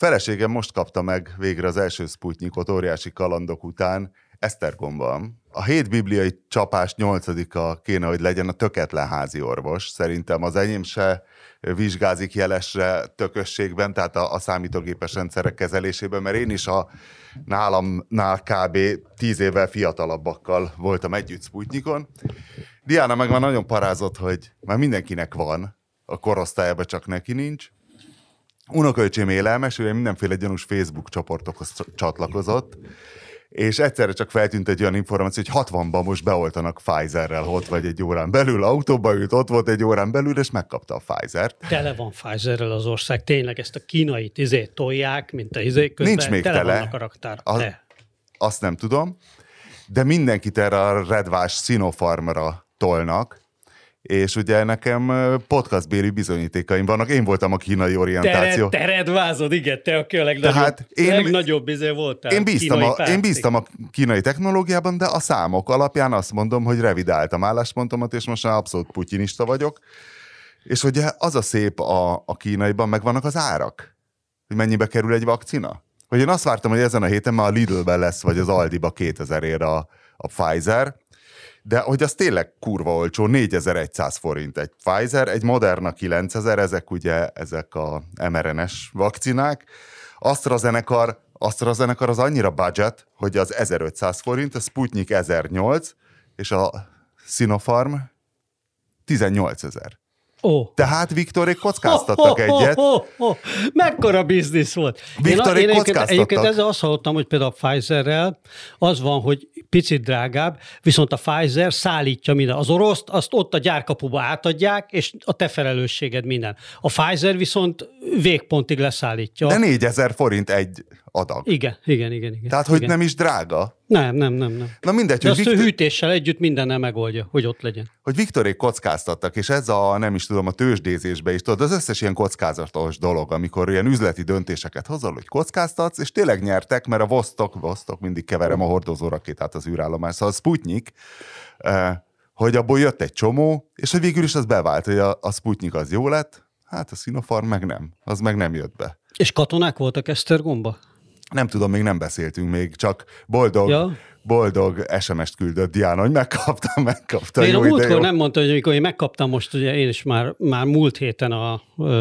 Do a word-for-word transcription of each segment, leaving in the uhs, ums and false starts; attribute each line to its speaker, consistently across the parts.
Speaker 1: Feleségem most kapta meg végre az első Sputnikot óriási kalandok után, Esztergomban. A hét bibliai csapás nyolcadika kéne, hogy legyen a töketlen házi orvos. Szerintem az enyém se vizsgázik jelesre tökösségben, tehát a, a számítógépes rendszerek kezelésében, mert én is a nálamnál kb. tíz évvel fiatalabbakkal voltam együtt Sputnikon. Diana meg már nagyon parázott, hogy már mindenkinek van, a korosztályában csak neki nincs. Unokaöcsém élelmes, ő mindenféle gyanús Facebook csoportokhoz csatlakozott, és egyszerre csak feltűnt egy olyan információ, hogy hatvanban most beoltanak Pfizerrel ott vagy egy órán belül, autóba ült, ott volt egy órán belül, és megkapta a Pfizert.
Speaker 2: Tele van Pfizerrel az ország, tényleg ezt a kínai izét tolják, mint a izé közben.
Speaker 1: Nincs még
Speaker 2: tele.
Speaker 1: tele.
Speaker 2: Vannak a raktár.
Speaker 1: A, azt nem tudom, de mindenkit erre a redvás Sinopharmra tolnak, és ugye nekem podcastbéli bizonyítékaim vannak. Én voltam a kínai orientáció.
Speaker 2: Te, te redvázod, igen, te aki a legnagyobb,
Speaker 1: Tehát én,
Speaker 2: legnagyobb izé voltál.
Speaker 1: Én bíztam, a, én bíztam a kínai technológiában, de a számok alapján azt mondom, hogy revidáltam álláspontomat, és most már abszolút putyinista vagyok. És ugye az a szép a, a kínaiban, meg vannak az árak, hogy mennyibe kerül egy vakcina. Hogy én azt vártam, hogy ezen a héten már a Lidlben lesz, vagy az Aldiba kétezerért a, a Pfizer, de hogy az tényleg kurva olcsó, négyezer-száz forint egy Pfizer, egy Moderna kilencezer, ezek ugye ezek a em er en es vakcinák. AstraZeneca, AstraZeneca az annyira budget, hogy az ezerötszáz forint, a Sputnik ezernyolc, és a Sinopharm tizennyolcezer.
Speaker 2: Oh.
Speaker 1: Tehát Viktorék kockáztattak
Speaker 2: oh, oh,
Speaker 1: egyet.
Speaker 2: Oh, oh, oh. Mekkora biznisz volt.
Speaker 1: Viktorék
Speaker 2: én, én
Speaker 1: kockáztattak.
Speaker 2: Egyébként ezzel azt hallottam, hogy például a Pfizerrel az van, hogy picit drágább, viszont a Pfizer szállítja minden. Az oroszt, azt ott a gyárkapuba átadják, és a te felelősséged minden. A Pfizer viszont végpontig leszállítja.
Speaker 1: De négyezer forint egy adag.
Speaker 2: Igen, igen, igen. igen
Speaker 1: Tehát, hogy
Speaker 2: igen.
Speaker 1: nem is drága.
Speaker 2: Nem, nem, nem. nem.
Speaker 1: Na mindegy,
Speaker 2: de
Speaker 1: hogy
Speaker 2: azt
Speaker 1: Viktor...
Speaker 2: hűtéssel együtt mindennel megoldja, hogy ott legyen.
Speaker 1: Hogy Viktorék kockáztattak, és ez a, nem is tudom, a tőzsdézésbe is, tudod, az összes ilyen kockázatos dolog, amikor ilyen üzleti döntéseket hozol, hogy kockáztatsz, és tényleg nyertek, mert a Vostok, Vostok, mindig keverem a hordozó rakétát az űrállomás, szóval a Sputnik, eh, hogy abból jött egy csomó, és hogy végül is az bevált, hogy a, a Sputnik az jó lett, hát a Sinopharm meg nem, az meg nem jött be.
Speaker 2: És katonák voltak Esztergomba?
Speaker 1: Nem tudom, még nem beszéltünk még, csak boldog, ja. boldog es em est küldött Diana, hogy megkaptam, megkaptam.
Speaker 2: Én
Speaker 1: jó
Speaker 2: a múltkor
Speaker 1: jó.
Speaker 2: nem mondta, hogy amikor én megkaptam most, ugye én is már, már múlt héten a,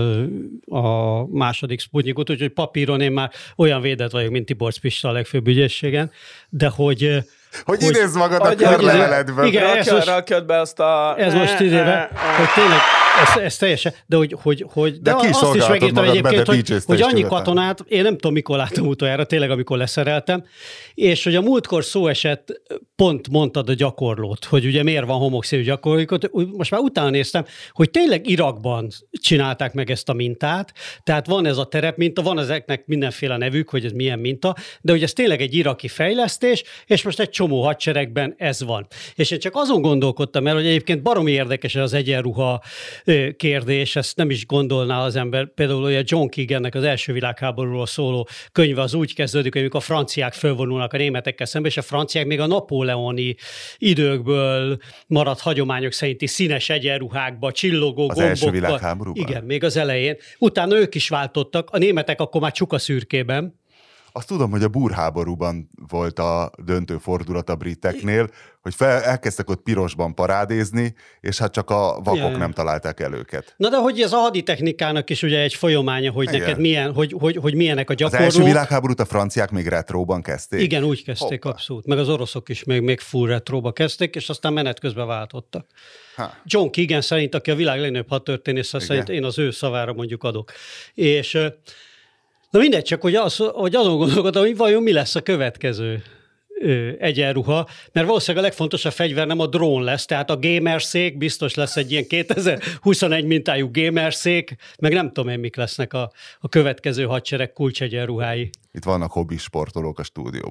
Speaker 2: a második Sputnikot, úgyhogy papíron én már olyan védett vagyok, mint Tiborcs Pista a legfőbb ügyészségen, de hogy...
Speaker 1: Hogy, hogy idézd magad a körleveledből.
Speaker 2: Igen,
Speaker 3: rakja,
Speaker 2: ez most,
Speaker 3: rakjad be azt a...
Speaker 2: Ez most idéve, hogy tényleg, ez, ez teljesen, de hogy, hogy, hogy de,
Speaker 1: de
Speaker 2: azt is megírtam egyébként,
Speaker 1: be,
Speaker 2: hogy, hogy annyi katonát, én nem tudom, mikor láttam utoljára, tényleg, amikor leszereltem, és hogy a múltkor szó esett, pont mondtad a gyakorlót, hogy ugye miért van homokszínű gyakorlókot, most már utána néztem, hogy tényleg Irakban csinálták meg ezt a mintát, tehát van ez a terepminta, van ezeknek mindenféle nevük, hogy ez milyen minta, de hogy ez tényleg egy iraki fejlesztés, és most egy csomó hadseregben ez van. És én csak azon gondolkodtam el, hogy egyébként baromi érdekes az egyenruha kérdés, ezt nem is gondolná az ember. Például ugye John Keegannek az első világháborúról szóló könyve az úgy kezdődik, hogy amikor a franciák fölvonulnak a németekkel szembe, és a franciák még a napóleoni időkből maradt hagyományok szerinti színes egyenruhákba, csillogó gombokkal.
Speaker 1: Az első világháborúban?
Speaker 2: Igen, még az elején. Utána ők is váltottak, a németek akkor már csuka szürkében.
Speaker 1: Azt tudom, hogy a búrháborúban volt a döntő fordulat a briteknél, hogy fel, elkezdtek ott pirosban parádézni, és hát csak a vakok ja, nem találták el őket.
Speaker 2: Na de hogy ez a haditechnikának is ugye egy folyamánya, hogy igen. neked milyen, hogy, hogy, hogy milyenek a gyakorlók.
Speaker 1: Az első világháborút a franciák még retróban kezdték?
Speaker 2: Igen, úgy kezdték, Hoppa. abszolút. Meg az oroszok is még, még full retróba kezdték, és aztán menet közben váltottak. Ha. John Keegan szerint, aki a világ legnagyobb hadtörténésze, szerint én az ő szavára mondjuk adok. És... Na mindegy, csak hogy, az, hogy azon gondolkodom, hogy vajon mi lesz a következő ö, egyenruha, mert valószínűleg a legfontosabb fegyver nem a drón lesz, tehát a gamerszék, biztos lesz egy ilyen kétezer-huszonegy mintájú gamerszék, meg nem tudom én, mik lesznek a, a következő hadsereg kulcsegyenruhái.
Speaker 1: Itt vannak hobbi sportolók a stúdióban.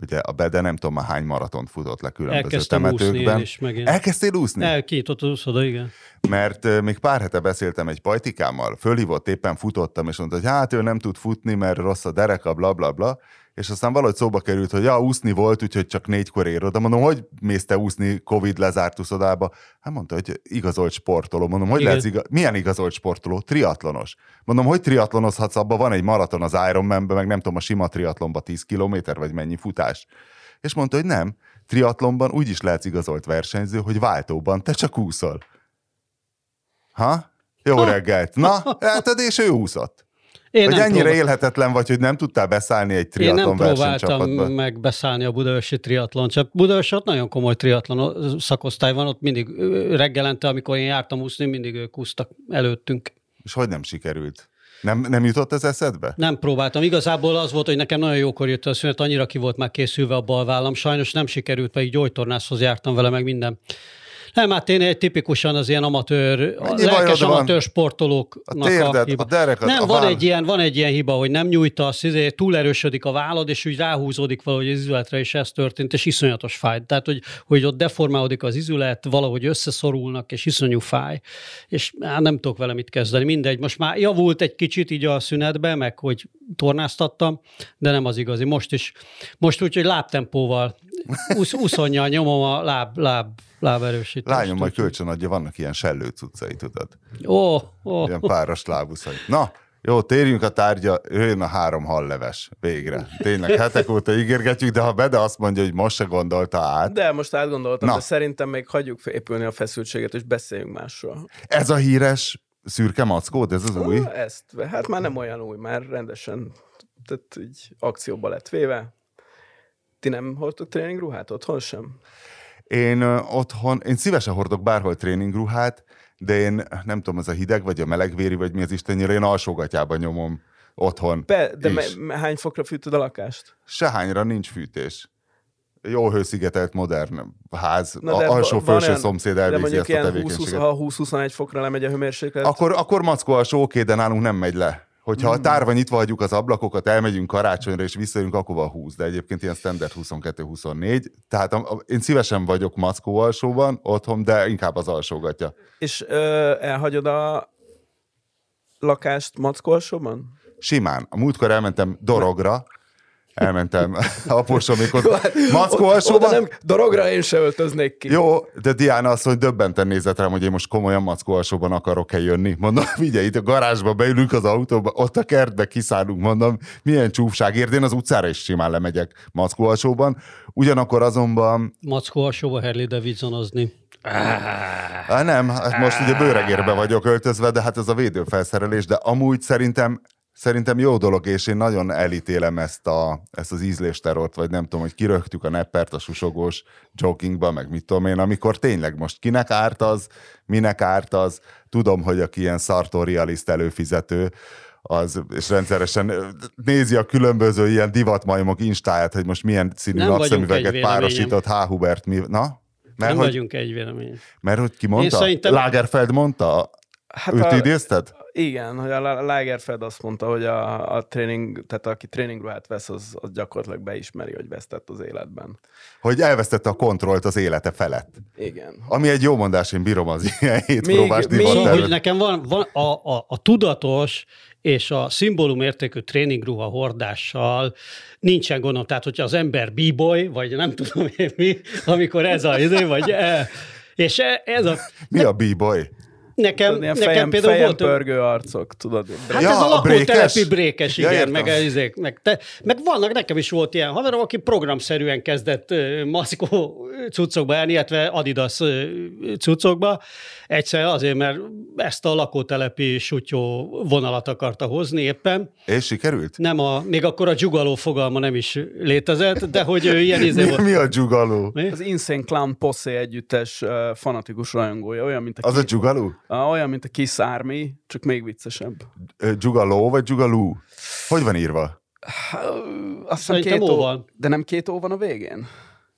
Speaker 1: ugye a Bede nem tudom már hány maratont futott le különböző
Speaker 2: Elkezdtem
Speaker 1: temetőkben.
Speaker 2: Is, megint.
Speaker 1: Elkezdtél úszni?
Speaker 2: Elkiított az úszoda, igen.
Speaker 1: Mert uh, még pár hete beszéltem egy pajtikámmal, fölhívott, éppen futottam, és mondta, hogy hát ő nem tud futni, mert rossz a dereka, bla bla bla, és aztán valahogy szóba került, hogy ja, úszni volt, úgyhogy csak négykor ér oda. Mondom, hogy mész te úszni Covid lezárt úszodába? Hát mondta, hogy igazolt sportoló. Mondom, hogy lesz igaz... milyen igazolt sportoló? Triatlonos. Mondom, hogy triatlonozhatsz, abban van egy maraton az Ironmanben, meg nem tudom, a sima triatlonban tíz kilométer, vagy mennyi futás. És mondta, hogy nem, triatlonban úgy is lehetsz igazolt versenyző, hogy váltóban te csak úszol. Ha? Jó reggelt. Na, látod, és ő úszott. Én hogy ennyire próbál... élhetetlen vagy, hogy nem tudtál beszállni egy triatlon versenycsapatba?
Speaker 2: Én nem próbáltam meg beszállni a budaörsi triatlon. Csak Budaörsi ott nagyon komoly triatlon szakosztály van, ott mindig reggelente, amikor én jártam úszni, mindig ők úsztak előttünk.
Speaker 1: És hogy nem sikerült? Nem, nem jutott ez eszedbe?
Speaker 2: Nem próbáltam. Igazából az volt, hogy nekem nagyon jókor jött a szünet, annyira ki volt már készülve a balvállam. Sajnos nem sikerült, pedig gyógytornászhoz jártam vele, meg minden. Nem, hát én egy tipikusan az ilyen amatőr, lelkes amatőr sportolóknak a, a hiba. A derekat, nem, a van, egy ilyen, van egy ilyen hiba, hogy nem nyújtasz, izé, túl erősödik a vállad, és úgy ráhúzódik valahogy az izületre, és ez történt, és iszonyatos fáj. Tehát, hogy, hogy ott deformálódik az izület, valahogy összeszorulnak, és iszonyú fáj. És hát nem tudok vele mit kezdeni. Mindegy, most már javult egy kicsit így a szünetbe, meg hogy tornáztattam, de nem az igazi. Most is. Most úgy, hogy lábtempóval, uszonnyal nyomom a láb, láb láberősítést.
Speaker 1: Lányom majd kölcsönadja, vannak ilyen sellő cuccai, tudod?
Speaker 2: Ó, ó.
Speaker 1: Ilyen páros lábuszai. Na, jó, térjünk a tárgya, jöjjön a három halleves végre. Tényleg hetek óta ígérgetjük, de ha Bede azt mondja, hogy most se gondolta át.
Speaker 3: De most átgondoltam, Na. de szerintem még hagyjuk épülni a feszültséget, és beszéljünk másról.
Speaker 1: Ez a híres szürke mackód, ez az új?
Speaker 3: Ezt, hát már nem olyan új, már rendesen, tehát így akcióba lett véve. Ti nem hordtok tréningruhát otthon sem?
Speaker 1: Én uh, otthon, én szívesen hordok bárhol tréningruhát, de én nem tudom, ez a hideg, vagy a melegvéri, vagy mi az istennyire, én alsógatyában nyomom otthon.
Speaker 3: Be, de me, hány fokra fűtöd a lakást?
Speaker 1: Sehányra nincs fűtés. Jó hőszigetelt modern ház,
Speaker 3: Na de
Speaker 1: alsó-felső szomszéd elvégzi ezt a tevékenységet.
Speaker 3: húsz, ha húsz-huszonegy fokra lemegy a hőmérséklet?
Speaker 1: Akkor, akkor mackó alsó, oké, de nálunk nem megy le. Hogyha a tárva nyitva hagyjuk az ablakokat, elmegyünk karácsonyra, és visszajönünk, akkor van húsz, de egyébként ilyen standard huszonkettő huszonnégy. Tehát a, a, én szívesen vagyok mackó alsóban otthon, de inkább az alsógatja.
Speaker 3: És ö, elhagyod a lakást mackó alsóban?
Speaker 1: Simán. A múltkor elmentem Dorogra, elmentem apósomékot mackó alsóban.
Speaker 3: Nem, Dorogra én se öltöznék ki.
Speaker 1: Jó, de Diana azt mondja, döbbenten nézett rám, hogy én most komolyan mackó alsóban akarok-e jönni. Mondom, figyelj, itt a garázsba beülünk az autóba, ott a kertbe kiszállunk, mondom, milyen csúfságért, én az utcára is simán lemegyek mackó alsóban. Ugyanakkor azonban...
Speaker 2: Mackó alsóba Harley Davidsonozni.
Speaker 1: Ah, nem, hát most ugye bőregérbe vagyok öltözve, de hát ez a védőfelszerelés, de amúgy szerintem Szerintem jó dolog, és én nagyon elítélem ezt, a, ezt az ízlésterort, vagy nem tudom, hogy kirögtük a neppert a susogós joggingba, meg mit tudom én, amikor tényleg most kinek árt az, minek árt az, tudom, hogy aki ilyen szartorialist előfizető, az, és rendszeresen nézi a különböző ilyen divatmajmok instáját, hogy most milyen színű napszemüveget párosított H. Hubert, mi, na?
Speaker 2: Mert nem hogy, vagyunk egy vélemény.
Speaker 1: Mert hogy ki mondta? Szerintem... Lagerfeld mondta? Hát őt a... idézted?
Speaker 3: Igen, hogy a Lagerfeld azt mondta, hogy a, a tréning, tehát aki tréningruhát vesz, az, az gyakorlatilag beismeri, hogy vesztett az életben.
Speaker 1: Hogy elvesztette a kontrollt az élete felett.
Speaker 3: Igen.
Speaker 1: Ami egy jó mondás, én bírom az ilyen hétpróbás divat.
Speaker 2: Hogy nekem van, van a, a, a tudatos és a szimbólumértékű tréningruha hordással nincsen gondom. Tehát, hogyha az ember b-boy, vagy nem tudom én mi, amikor ez a idő, vagy e, és ez a...
Speaker 1: Mi a b-boy?
Speaker 2: Nekem,
Speaker 3: tudod,
Speaker 2: nekem
Speaker 3: fejem,
Speaker 2: például
Speaker 3: fejem
Speaker 2: volt...
Speaker 3: pörgő arcok, tudod.
Speaker 2: Hát ja, ez a lakótelepi brékes, igen,
Speaker 1: ja,
Speaker 2: meg, izék, meg, te, meg vannak, nekem is volt ilyen haverom, aki programszerűen kezdett uh, maszkó cuccokba járni, illetve Adidas uh, cuccokba. Egyszer azért, mert ezt a lakótelepi sutyó vonalat akarta hozni éppen.
Speaker 1: És sikerült?
Speaker 2: Nem a, még akkor a dzsugaló fogalma nem is létezett, de hogy ő ilyen izé
Speaker 1: mi,
Speaker 2: volt.
Speaker 1: Mi a dzsugaló?
Speaker 3: Mi? Az Insane Clown Posse együttes uh, fanatikus rajongója, olyan, mint a...
Speaker 1: Az ki... a dzsugaló?
Speaker 3: Uh, olyan, mint a Kiss Army, csak még viccesebb.
Speaker 1: Dzsugaló vagy dzsugalú? Hogy van írva?
Speaker 3: Azt hiszem két ó van. De nem két ó van a végén?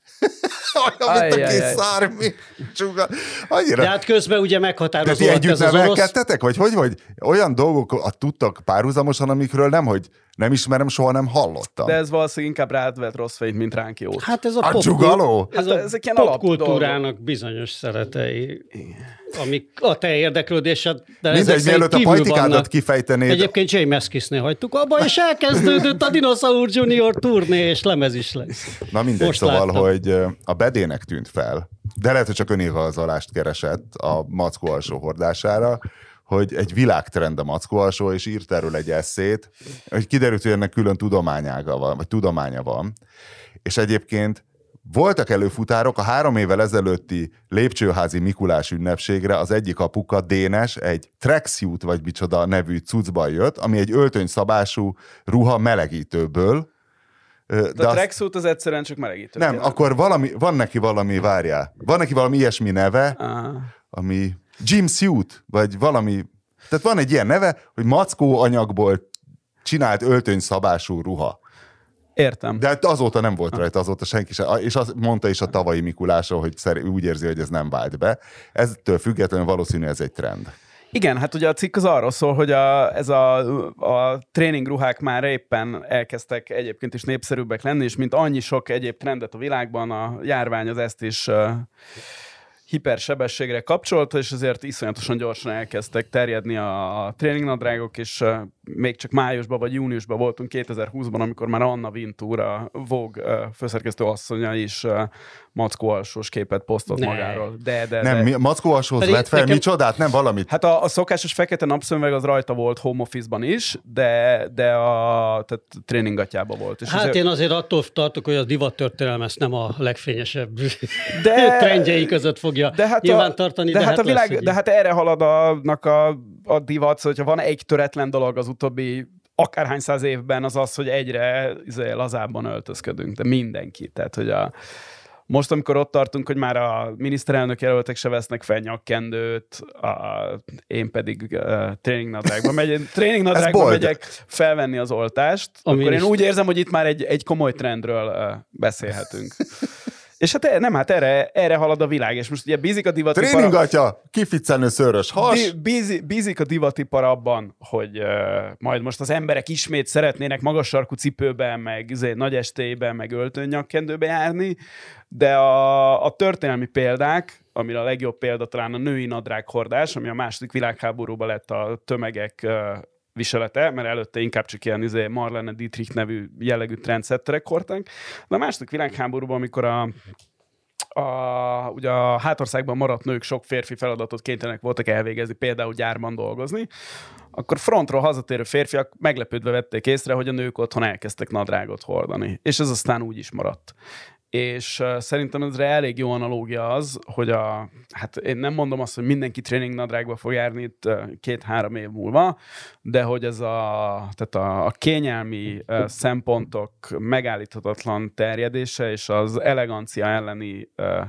Speaker 1: Olyan, mint a Kiss Army. Annyira...
Speaker 2: De hát közben ugye meghatározó
Speaker 1: volt ez az orosz... nevelkedtetek? Vagy hogy vagy? Olyan dolgok tudtak párhuzamosan, amikről nem, hogy Nem ismerem, soha nem hallottam.
Speaker 3: De ez valószínűleg inkább rád vett rossz fényt, mint ránk jót.
Speaker 2: Hát ez a,
Speaker 1: A
Speaker 2: pop,
Speaker 1: dzsugaló?
Speaker 2: ez
Speaker 3: Hát
Speaker 2: a
Speaker 3: ezek ilyen
Speaker 2: popkultúrának bizonyos szeretei, amik a te érdeklődésed, de
Speaker 1: Mindegy,
Speaker 2: ezek szerint
Speaker 1: mielőtt a
Speaker 2: kívül
Speaker 1: pajtikádat
Speaker 2: vannak.
Speaker 1: kifejtenéd.
Speaker 2: Egyébként James Eskisnél hagytuk abba, és elkezdődött a Dinosaur Junior turné, és lemez is lesz.
Speaker 1: Na mindegy,
Speaker 2: Most
Speaker 1: szóval,
Speaker 2: láttam.
Speaker 1: hogy ö, a bedének tűnt fel, de lehet, hogy csak önigazolást keresett a mackó alsó hordására, hogy egy világtrend a mackó alsó, és írt erről egy esszét, hogy kiderült, hogy ennek külön tudományága van, vagy tudománya van. És egyébként voltak előfutárok, a három évvel ezelőtti lépcsőházi Mikulás ünnepségre az egyik apuka, Dénes, egy tracksuit vagy micsoda nevű cuccban jött, ami egy öltönyszabású ruha melegítőből.
Speaker 3: De, de a tracksuit az egyszerűen csak melegítő.
Speaker 1: Nem,
Speaker 3: tényleg.
Speaker 1: akkor valami, van neki valami, várjál, van neki valami ilyesmi neve,
Speaker 3: Ah.
Speaker 1: ami Jim Suit, vagy valami, tehát van egy ilyen neve, hogy mackó anyagból csinált öltönyszabású ruha.
Speaker 3: Értem.
Speaker 1: De azóta nem volt rajta, azóta senki sem, és azt mondta is a tavalyi Mikulásról, hogy szer- úgy érzi, hogy ez nem vált be. Eztől függetlenül valószínű ez egy trend.
Speaker 3: Igen, hát ugye a cikk az arról szól, hogy a, ez a, a tréningruhák már éppen elkezdtek egyébként is népszerűbbek lenni, és mint annyi sok egyéb trendet a világban, a járvány az ezt is uh, hipersebességre kapcsolta, és ezért iszonyatosan gyorsan elkezdtek terjedni a, a tréningnadrágok, és uh, még csak májusban vagy júniusban voltunk kétezer-húszban, amikor már Anna Wintour, a Vogue uh, főszerkesztő asszonya is uh, mackó alsós képet posztolt
Speaker 2: Ne.
Speaker 3: magáról. De, de,
Speaker 1: Nem,
Speaker 3: de.
Speaker 1: mi, mackó alsóhoz
Speaker 2: Pedig
Speaker 1: vett fel
Speaker 2: nekem-
Speaker 1: micsodát? Nem valamit?
Speaker 3: Hát a, a szokásos fekete napszemüveg az rajta volt home office-ban is, de, de a tehát tréningatjában volt. És
Speaker 2: Hát
Speaker 3: azért-
Speaker 2: én azért attól tartok, hogy a divattörténelem ezt nem a legfényesebb
Speaker 3: De-
Speaker 2: trendjei között fogja
Speaker 3: de hát
Speaker 2: nyilván
Speaker 3: a,
Speaker 2: tartani,
Speaker 3: de, hát a világ,
Speaker 2: lesz egy
Speaker 3: de hát erre halad a, a, a divat, szóval, hogyha van egy töretlen dolog az utóbbi akárhány száz évben, az az, hogy egyre izé, lazábban öltözködünk, de mindenki. Tehát, hogy a, most, amikor ott tartunk, hogy már a miniszterelnök jelöltek se vesznek fel nyakkendőt, a, én pedig uh, tréningnadrágban megy, tréningnadrágban
Speaker 1: bold.
Speaker 3: megyek felvenni az oltást,
Speaker 2: A
Speaker 3: akkor én
Speaker 2: miniszter-
Speaker 3: úgy érzem, hogy itt már egy, egy komoly trendről uh, beszélhetünk. És hát e- nem, hát erre, erre halad a világ, és most ugye bízik a divatipar...
Speaker 1: Tréningatja, kificcenő szőrös has.
Speaker 3: Di- bízi- Bízik a divatipar abban, hogy uh, majd most az emberek ismét szeretnének magas sarkú cipőben, meg izé, nagy estében, meg öltönynyakkendőbe járni, de a, a történelmi példák, amire a legjobb példa talán a női nadrághordás, ami a második világháborúban lett a tömegek uh, viselete, mert előtte inkább csak ilyen izé, Marlene Dietrich nevű jellegű trendsetterek hordták. De a második világháborúban, amikor a A, ugye a hátországban maradt nők sok férfi feladatot kénytelenek voltak elvégezni, például gyárban dolgozni, akkor frontról hazatérő férfiak meglepődve vették észre, hogy a nők otthon elkezdtek nadrágot hordani. És ez aztán úgy is maradt. És uh, szerintem ezre elég jó analógia az, hogy a, hát én nem mondom azt, hogy mindenki tréningnadrágba fog járni itt uh, két-három év múlva, de hogy ez a, tehát a, a kényelmi uh, szempontok megállíthatatlan terjedése és az elegancia elleni uh,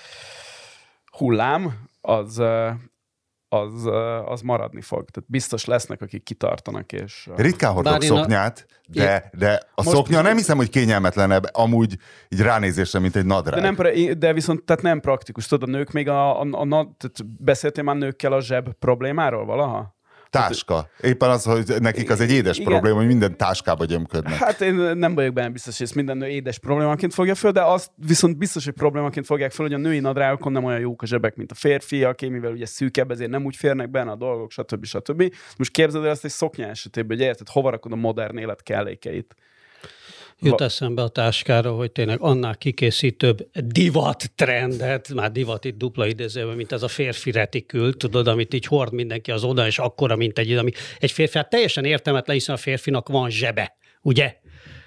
Speaker 3: hullám, az, uh, az, uh, az maradni fog. Tehát biztos lesznek, akik kitartanak. És, uh,
Speaker 1: Ritkán hordok
Speaker 2: Bár én a-
Speaker 1: szoknyát, de, de a
Speaker 3: Most-
Speaker 1: szoknya nem hiszem, hogy kényelmetlenebb amúgy így ránézésre, mint egy nadrág.
Speaker 3: De, nem, pra- de viszont tehát nem praktikus. Tudod, a nők még a, a, a, a tehát beszéltél már nőkkel a zseb problémáról valaha?
Speaker 1: Táska. Éppen az, hogy nekik az egy édes
Speaker 3: Igen.
Speaker 1: probléma, hogy minden táskába gyömködnek.
Speaker 3: Hát én nem vagyok benne biztos, hogy ezt minden nő édes problémaként fogja föl, de azt viszont biztos, hogy problémaként fogják föl, hogy a női nadrágokon nem olyan jók a zsebek, mint a férfiaké, mivel ugye szűkebb, ezért nem úgy férnek benne a dolgok, stb. stb. Most képzeld el ezt egy szoknya esetében, hogy érted, hova rakod a modern élet kellékeit.
Speaker 2: Jut eszembe a táskára, hogy tényleg annál kikészítőbb divat trendet, már divat itt dupla idézőben, mint ez a férfi retikül, tudod, amit így hord mindenki az oda, és akkora, mint egy, ami egy férfi. Hát teljesen értelmetlen, hiszen a férfinak van zsebe, ugye?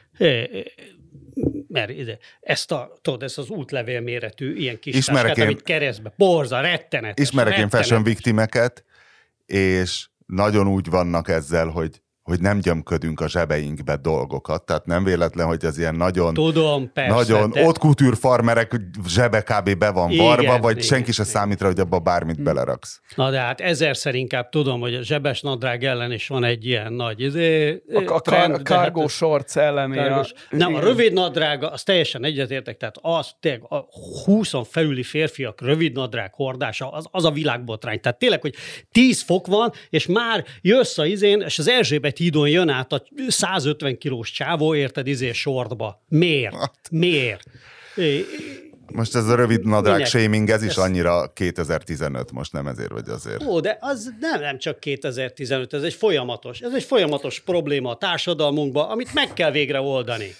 Speaker 2: Mert ide, ezt, a, tudod, ezt az útlevél méretű ilyen kis
Speaker 1: Ismerek
Speaker 2: táskát,
Speaker 1: én-
Speaker 2: amit keresztbe, borza, rettenetes.
Speaker 1: Ismerek én
Speaker 2: rettenetes.
Speaker 1: fashion victimeket, és nagyon úgy vannak ezzel, hogy hogy nem gyömködünk a zsebeinkbe dolgokat, tehát nem véletlen, hogy az ilyen nagyon,
Speaker 2: Tudom, persze.
Speaker 1: nagyon
Speaker 2: de-
Speaker 1: haute couture farmerek zsebe kb. Be van
Speaker 2: Igen,
Speaker 1: varva, vagy
Speaker 2: igen,
Speaker 1: senki se
Speaker 2: igen.
Speaker 1: számít rá, hogy abba bármit beleraksz.
Speaker 2: Na de hát ezerszer inkább tudom, hogy a zsebes nadrág ellen is van egy ilyen nagy izé,
Speaker 3: A, a,
Speaker 2: trend,
Speaker 3: kar,
Speaker 2: de hát
Speaker 3: cargo
Speaker 2: ez-
Speaker 3: shorts elleni.
Speaker 2: Kárgos.
Speaker 3: A,
Speaker 2: Nem, a
Speaker 3: igen.
Speaker 2: rövid nadrága, az teljesen egyetértek, tehát az tényleg a húszon felüli férfiak rövid nadrág hordása, az, az a világbotrány. Tehát tényleg, hogy tíz fok van, és már jössz a izén, és az Erzsébet hídon jön át a százötven kilós csávó, érted, izé sortba. Miért? Miért? É,
Speaker 1: most ez a rövid nadrág
Speaker 2: Minek?
Speaker 1: shaming, ez is
Speaker 2: Ez-
Speaker 1: annyira kétezer-tizenöt, most nem ezért vagy azért.
Speaker 2: Ó, de az nem, nem csak kétezer-tizenöt, ez egy folyamatos, ez egy folyamatos probléma a társadalmunkban, amit meg kell végre oldani.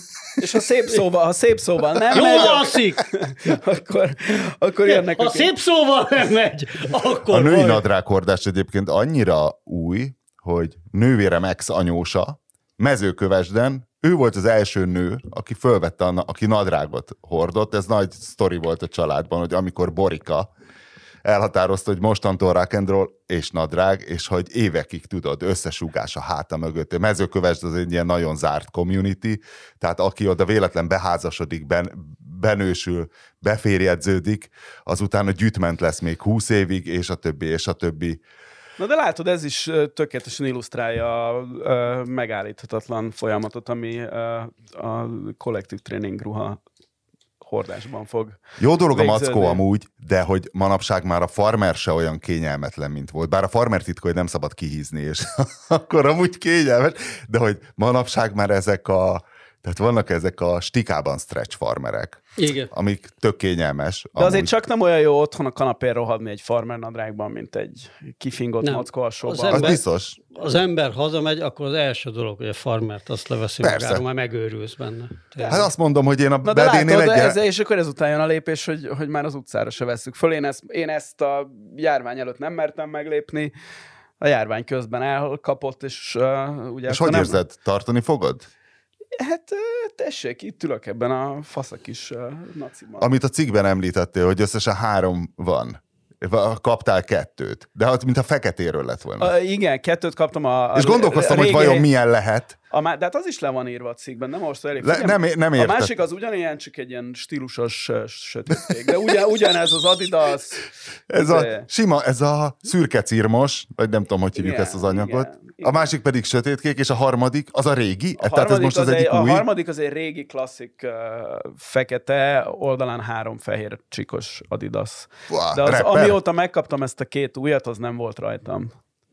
Speaker 3: És ha szép szóval, ha szép szóval nem
Speaker 2: Jól
Speaker 3: megy,
Speaker 2: alszik!
Speaker 3: akkor, akkor jönnek
Speaker 2: Ha
Speaker 3: a
Speaker 2: szép szóval nem megy, akkor
Speaker 1: A női
Speaker 2: vagy.
Speaker 1: nadrághordás egyébként annyira új, hogy nővérem ex-anyósa Mezőkövesden, ő volt az első nő, aki fölvette, a, aki nadrágot hordott. Ez nagy sztori volt a családban, hogy amikor Borika elhatározta, hogy mostantól rock and roll és nadrág, és hogy évekig tudod, összesugás a háta mögött. A Mezőkövesd az egy ilyen nagyon zárt community, tehát aki oda véletlen beházasodik, ben, benősül, beférjegyződik, azután a gyűjtment lesz még húsz évig, és a többi, és a többi.
Speaker 3: Na de látod, ez is ö, tökéletesen illusztrálja a ö, megállíthatatlan folyamatot, ami ö, a kollektív tréning ruha hordásban fog.
Speaker 1: Jó dolog a
Speaker 3: végződni.
Speaker 1: mackó amúgy, de hogy manapság már a farmer se olyan kényelmetlen, mint volt. Bár a farmer titka, hogy nem szabad kihízni, és akkor amúgy kényelmes, de hogy manapság már ezek a, tehát vannak ezek a stikában stretch farmerek,
Speaker 2: Igen.
Speaker 1: amik tök kényelmes.
Speaker 3: De azért
Speaker 1: amúgy.
Speaker 3: csak nem olyan jó otthon a kanapén rohadni egy farmer nadrágban, mint egy kifingott
Speaker 2: Nem.
Speaker 3: mackó
Speaker 2: Az
Speaker 3: alsóban.
Speaker 1: Az
Speaker 2: ember-
Speaker 1: biztos.
Speaker 2: Az ember hazamegy, akkor az első dolog, hogy a farmert azt leveszi
Speaker 1: Persze.
Speaker 2: magáról, már megőrülsz benne. Tényleg.
Speaker 1: Hát azt mondom, hogy én a
Speaker 3: Na de
Speaker 1: bedénél
Speaker 3: látod,
Speaker 1: egy...
Speaker 3: ez, és akkor ezután jön a lépés, hogy, hogy már az utcára se vesszük föl. Én ezt, én ezt a járvány előtt nem mertem meglépni, a járvány közben elkapott, és uh, ugye...
Speaker 1: És
Speaker 3: akkor
Speaker 1: hogy
Speaker 3: nem...
Speaker 1: érzed? Tartani fogod?
Speaker 3: Hát ö, tessék, itt ülök ebben a faszakis uh, naciban.
Speaker 1: Amit a cikkben említettél, hogy összesen három van. Va- Kaptál kettőt. De hát, mint a feketéről lett volna.
Speaker 3: Uh, igen, kettőt kaptam a... a
Speaker 1: És gondolkoztam,
Speaker 3: a
Speaker 1: hogy
Speaker 3: régi-
Speaker 1: vajon milyen lehet.
Speaker 3: A má... De hát az is le van írva a cikkben, nem most elég.
Speaker 1: Le,
Speaker 3: Figyelj,
Speaker 1: nem, nem
Speaker 3: a
Speaker 1: értek.
Speaker 3: másik az ugyanilyen, csak egy ilyen stílusos uh, sötétség. De ugyan, ugyanez az Adidas.
Speaker 1: Ez
Speaker 3: izé,
Speaker 1: a sima, ez a szürke cirmos, vagy nem tudom, hogy hívjuk
Speaker 3: Igen,
Speaker 1: ezt az anyagot.
Speaker 3: igen,
Speaker 1: A
Speaker 3: igen.
Speaker 1: másik pedig sötétkék, és a harmadik, az a régi.
Speaker 3: A
Speaker 1: Tehát ez most az,
Speaker 3: az
Speaker 1: egyik
Speaker 3: egy,
Speaker 1: új.
Speaker 3: A harmadik az egy régi klasszik uh, fekete, oldalán három fehér csikos Adidas.
Speaker 1: Wow,
Speaker 3: De az,
Speaker 1: rapper.
Speaker 3: amióta megkaptam ezt a két újat, az nem volt rajtam.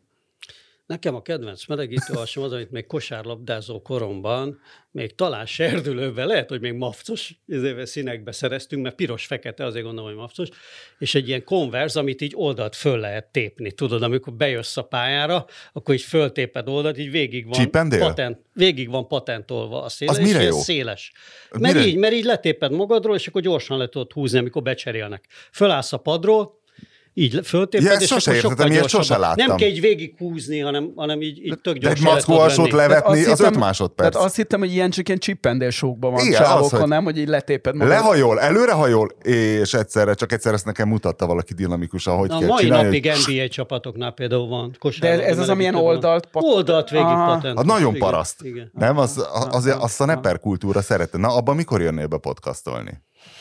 Speaker 2: Nekem a kedvenc melegítőalsom az, amit még kosárlabdázó koromban, még talán serdülőben, lehet, hogy még mafcos izével színekbe szereztünk, mert piros-fekete, azért gondolom, hogy mafcos, és egy ilyen Converse, amit így oldalt föl lehet tépni. Tudod, amikor bejössz a pályára, akkor így föltéped oldalt, így végig van
Speaker 1: Csípendél?
Speaker 2: patent, végig van patentolva a széle,
Speaker 1: Az
Speaker 2: és
Speaker 1: mire
Speaker 2: ilyen
Speaker 1: jó?
Speaker 2: széles. Mert
Speaker 1: Mire?
Speaker 2: így, mert így letéped magadról, és akkor gyorsan le tudod húzni, amikor becserélnek. Fölállsz a padról, így föltéped,
Speaker 1: Ja, ezt
Speaker 2: és
Speaker 1: sose
Speaker 2: akkor
Speaker 1: értettem,
Speaker 2: sokkal
Speaker 1: ilyet sose
Speaker 2: gyorsabban.
Speaker 1: láttam.
Speaker 2: Nem kell így végig húzni, hanem, hanem így, így tök
Speaker 1: De egy
Speaker 2: gyorsan le
Speaker 1: mackó
Speaker 2: tudod
Speaker 1: alsót
Speaker 2: venni.
Speaker 1: levetni,
Speaker 3: Azt
Speaker 1: az
Speaker 3: hittem-
Speaker 1: öt másodperc.
Speaker 3: Tehát azt hittem, hogy ilyen csak ilyen csippendélsókban van
Speaker 1: Igen, az,
Speaker 3: csávokon,
Speaker 1: hogy-
Speaker 3: nem, hogy így letéped magad.
Speaker 1: Lehajol, előrehajol, és egyszerre, csak egyszer ezt nekem mutatta valaki dinamikusan, hogy
Speaker 2: Na, a
Speaker 1: kell
Speaker 2: mai
Speaker 1: csinálni.
Speaker 2: napig
Speaker 1: hogy-
Speaker 2: en bé á csapatoknál például van
Speaker 3: De
Speaker 2: kosárlabda
Speaker 3: ez az, amilyen
Speaker 2: melegítő van.
Speaker 3: oldalt... pat-
Speaker 2: Oldalt végig
Speaker 3: Aha.
Speaker 2: patent.
Speaker 1: Az nagyon
Speaker 2: Igen,
Speaker 1: paraszt.
Speaker 2: Igen.
Speaker 1: Nem? Az, az, az, azt a neper kultúra szerette. Na, abban mikor jönnél be podcastolni?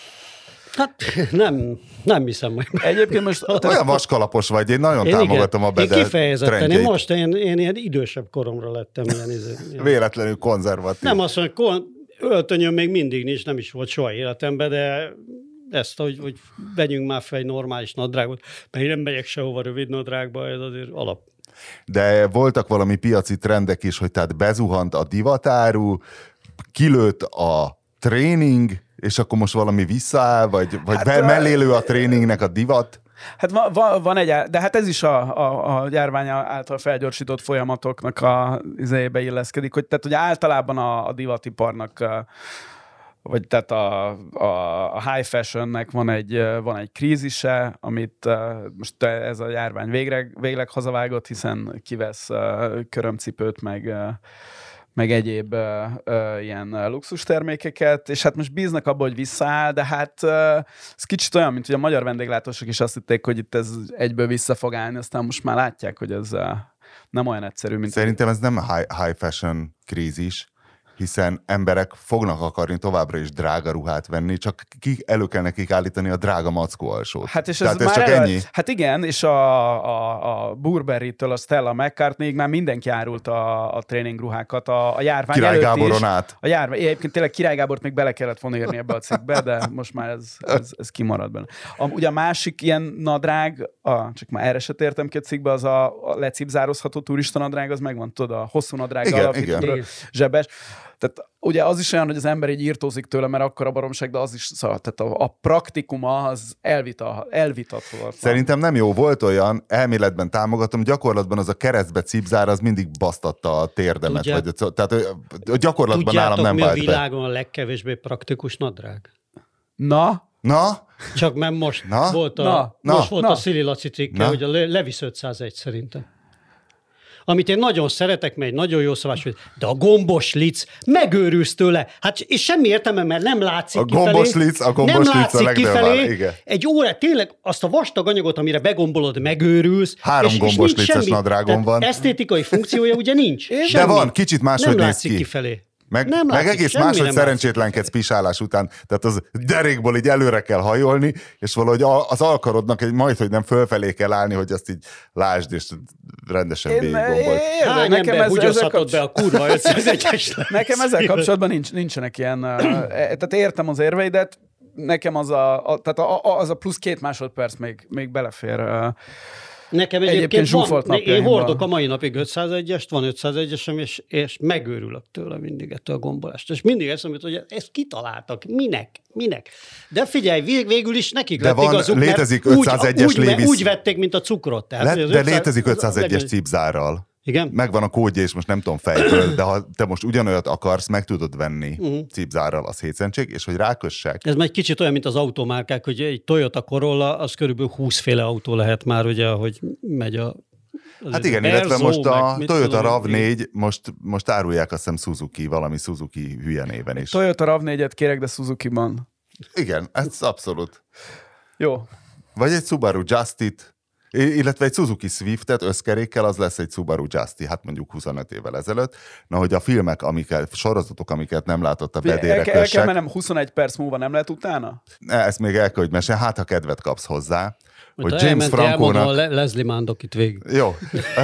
Speaker 2: Hát nem, nem hiszem, hogy...
Speaker 3: Egyébként most...
Speaker 1: Olyan vaskalapos vagy, én nagyon
Speaker 2: Én
Speaker 1: támogatom
Speaker 2: igen,
Speaker 1: a Bede
Speaker 2: Én kifejezetten, én
Speaker 1: trendjeit.
Speaker 2: most én, én ilyen idősebb koromra lettem ilyen, izé, ilyen.
Speaker 1: Véletlenül konzervatív.
Speaker 2: Nem azt mondom, hogy kon- öltönyöm még mindig nincs, nem is volt soha életemben, de ezt, hogy, hogy vegyünk már fel egy normális nadrágot, mert én nem megyek sehova rövid nadrágba, ez azért alap.
Speaker 1: De voltak valami piaci trendek is, hogy tehát bezuhant a divatáru, kilőtt a tréning, és akkor most valami visszaáll, vagy, vagy
Speaker 3: Hát,
Speaker 1: be,
Speaker 3: a-
Speaker 1: mellélő a tréningnek a divat.
Speaker 3: Hát van, van, van egy, á- de hát ez is a, a, a járvány által felgyorsított folyamatoknak a izébe illeszkedik, hogy, tehát, hogy általában a, a divatiparnak, a- vagy tehát a, a, a high fashionnek van egy, van egy krízise, amit uh, most ez a járvány végre, végleg hazavágott, hiszen kivesz uh, körömcipőt, meg uh, meg egyéb uh, uh, ilyen luxus termékeket, és hát most bíznak abba, hogy visszaáll, de hát uh, ez kicsit olyan, mint hogy a magyar vendéglátósok is azt hitték, hogy itt ez egyből vissza fog állni, aztán most már látják, hogy ez uh, nem olyan egyszerű, mint...
Speaker 1: Szerintem ez nem high, high fashion krízis, hiszen emberek fognak akarni továbbra is drága ruhát venni, csak ki, elő kell nekik állítani a drága mackó alsót.
Speaker 3: Hát és
Speaker 1: Tehát
Speaker 3: ez,
Speaker 1: ez
Speaker 3: már
Speaker 1: csak
Speaker 3: el,
Speaker 1: ennyi?
Speaker 3: Hát igen, és a, a, a Burberry-től a Stella McCartneyig már mindenki árult a, a tréningruhákat a, a járvány
Speaker 1: Király
Speaker 3: előtt
Speaker 1: Gáboron
Speaker 3: is.
Speaker 1: át.
Speaker 3: A járvány, egyébként tényleg Király Gábort még bele kellett volna írni ebbe a cikkbe, de most már ez, ez, ez kimarad benne. A, ugye a másik ilyen nadrág, a, csak már erre se tértem ki a cikkbe, az a, a lecipzározható turista nadrág, az megvan, tudod, a hosszú nadrág
Speaker 1: Igen,
Speaker 3: alap,
Speaker 1: igen.
Speaker 3: tudod, zsebes. Tehát ugye az is olyan, hogy az ember így írtózik tőle, mert akkora baromság, de az is, szóval, tehát a, a praktikuma az elvita, elvitathatatlan.
Speaker 1: Szerintem nem jó, volt olyan, elméletben támogatom, gyakorlatban az a keresztbe cipzár, az mindig basztatta a térdemet.
Speaker 2: Tudja,
Speaker 1: vagy, tehát a gyakorlatban nálam nem
Speaker 2: mi a
Speaker 1: vált be.
Speaker 2: világon a legkevésbé praktikus nadrág?
Speaker 3: Na?
Speaker 1: Na?
Speaker 2: Csak mert most
Speaker 1: Na?
Speaker 2: volt a,
Speaker 3: Na?
Speaker 2: most
Speaker 3: Na?
Speaker 2: volt
Speaker 3: Na?
Speaker 2: a Szili Laci cikke,
Speaker 1: Na?
Speaker 2: hogy a Le- Levis ötszázegy szerintem. Amit én nagyon szeretek, mert egy nagyon jó szavás, hogy de a gombos lic, megőrülsz tőle. Hát és semmi értelme, mert nem látszik
Speaker 1: A
Speaker 2: kifelé.
Speaker 1: gombos lic, a gombos
Speaker 2: nem
Speaker 1: lic a
Speaker 2: látszik
Speaker 1: legdurvább,
Speaker 2: kifelé.
Speaker 1: igen.
Speaker 2: Egy órát tényleg azt a vastag anyagot, amire begombolod, megőrülsz.
Speaker 1: Három
Speaker 2: és,
Speaker 1: gombos
Speaker 2: és nincs
Speaker 1: lices
Speaker 2: semmi.
Speaker 1: nadrágom
Speaker 2: Tehát
Speaker 1: van.
Speaker 2: esztétikai funkciója ugye nincs.
Speaker 1: De
Speaker 2: Semmi.
Speaker 1: van, kicsit máshogy
Speaker 2: nem
Speaker 1: néz
Speaker 2: látszik
Speaker 1: ki.
Speaker 2: kifelé.
Speaker 1: Meg,
Speaker 2: nem
Speaker 1: meg
Speaker 2: látszik,
Speaker 1: egész
Speaker 2: semmi
Speaker 1: máshogy
Speaker 2: nem
Speaker 1: szerencsétlenkedsz pisálás után. Tehát az derékból így előre kell hajolni, és valahogy a- az alkarodnak egy majd, hogy nem fölfelé kell állni, hogy azt így lásd, és rendesen végiggombolt.
Speaker 2: Hány
Speaker 3: nekem
Speaker 2: ember
Speaker 3: ez,
Speaker 2: bugyozhatott
Speaker 3: ezzel
Speaker 2: be a kurva ötszázegyes
Speaker 3: Nekem ezzel kapcsolatban nincs, nincsenek ilyen, uh, tehát értem az érveidet, nekem az a, a, tehát a, a, az a plusz két másodperc még, még belefér. Uh,
Speaker 2: Nekem
Speaker 3: Egyébként
Speaker 2: egyébként,
Speaker 3: zsúfolt
Speaker 2: van, én
Speaker 3: napjaimban.
Speaker 2: hordok a mai napig ötszázegyest, van ötszázegyesem, és, és megőrülök tőle mindig ettől a gombolást. És mindig eszembe jut, hogy ezt kitaláltak, minek, minek. De figyelj, vég, végül is nekik
Speaker 1: De
Speaker 2: lett
Speaker 1: van,
Speaker 2: igazuk, mert
Speaker 1: létezik
Speaker 2: úgy,
Speaker 1: ötszázegyes
Speaker 2: úgy,
Speaker 1: Levis.
Speaker 2: úgy vették, mint a cukrot. Tehát,
Speaker 1: Le,
Speaker 2: hogy az
Speaker 1: de
Speaker 2: ötszáz
Speaker 1: létezik
Speaker 2: az a
Speaker 1: ötszázegyes
Speaker 2: legnagyobb-
Speaker 1: cipzárral.
Speaker 2: Igen?
Speaker 1: Megvan a kódja, és most nem tudom fejből, de ha te most ugyanolyat akarsz, meg tudod venni uh-huh. cipzárral, az hétszentség, és hogy rákössek.
Speaker 2: Ez már egy kicsit olyan, mint az automárkák, hogy egy Toyota Corolla, az körülbelül húszféle autó lehet már, ugye, hogy megy a...
Speaker 1: Hát igen,
Speaker 2: Verzo,
Speaker 1: illetve most a
Speaker 2: meg mit
Speaker 1: Toyota
Speaker 2: tudom én.
Speaker 1: RAV négy, most, most árulják azt hiszem Suzuki, valami Suzuki hülye néven is.
Speaker 3: Toyota RAV négyet kérek, de Suzuki-ban.
Speaker 1: Igen, ez abszolút.
Speaker 3: Jó.
Speaker 1: Vagy egy Subaru Justit, illetve egy Suzuki Swiftet összkerékkel, az lesz egy Subaru Justy, hát mondjuk huszonöt évvel ezelőtt. Na, hogy a filmek, amiket, sorozatok, amiket nem látott a
Speaker 3: El,
Speaker 1: bedére
Speaker 3: el kell
Speaker 1: kössek,
Speaker 3: mennem huszonegy perc múlva, nem lehet utána?
Speaker 1: ezt még el kell, hogy mesélj, hát ha kedvet kapsz hozzá,
Speaker 2: Hogy
Speaker 1: hogy James Frankónak...
Speaker 2: Le- Leslie Mandok itt végig.
Speaker 1: Jó.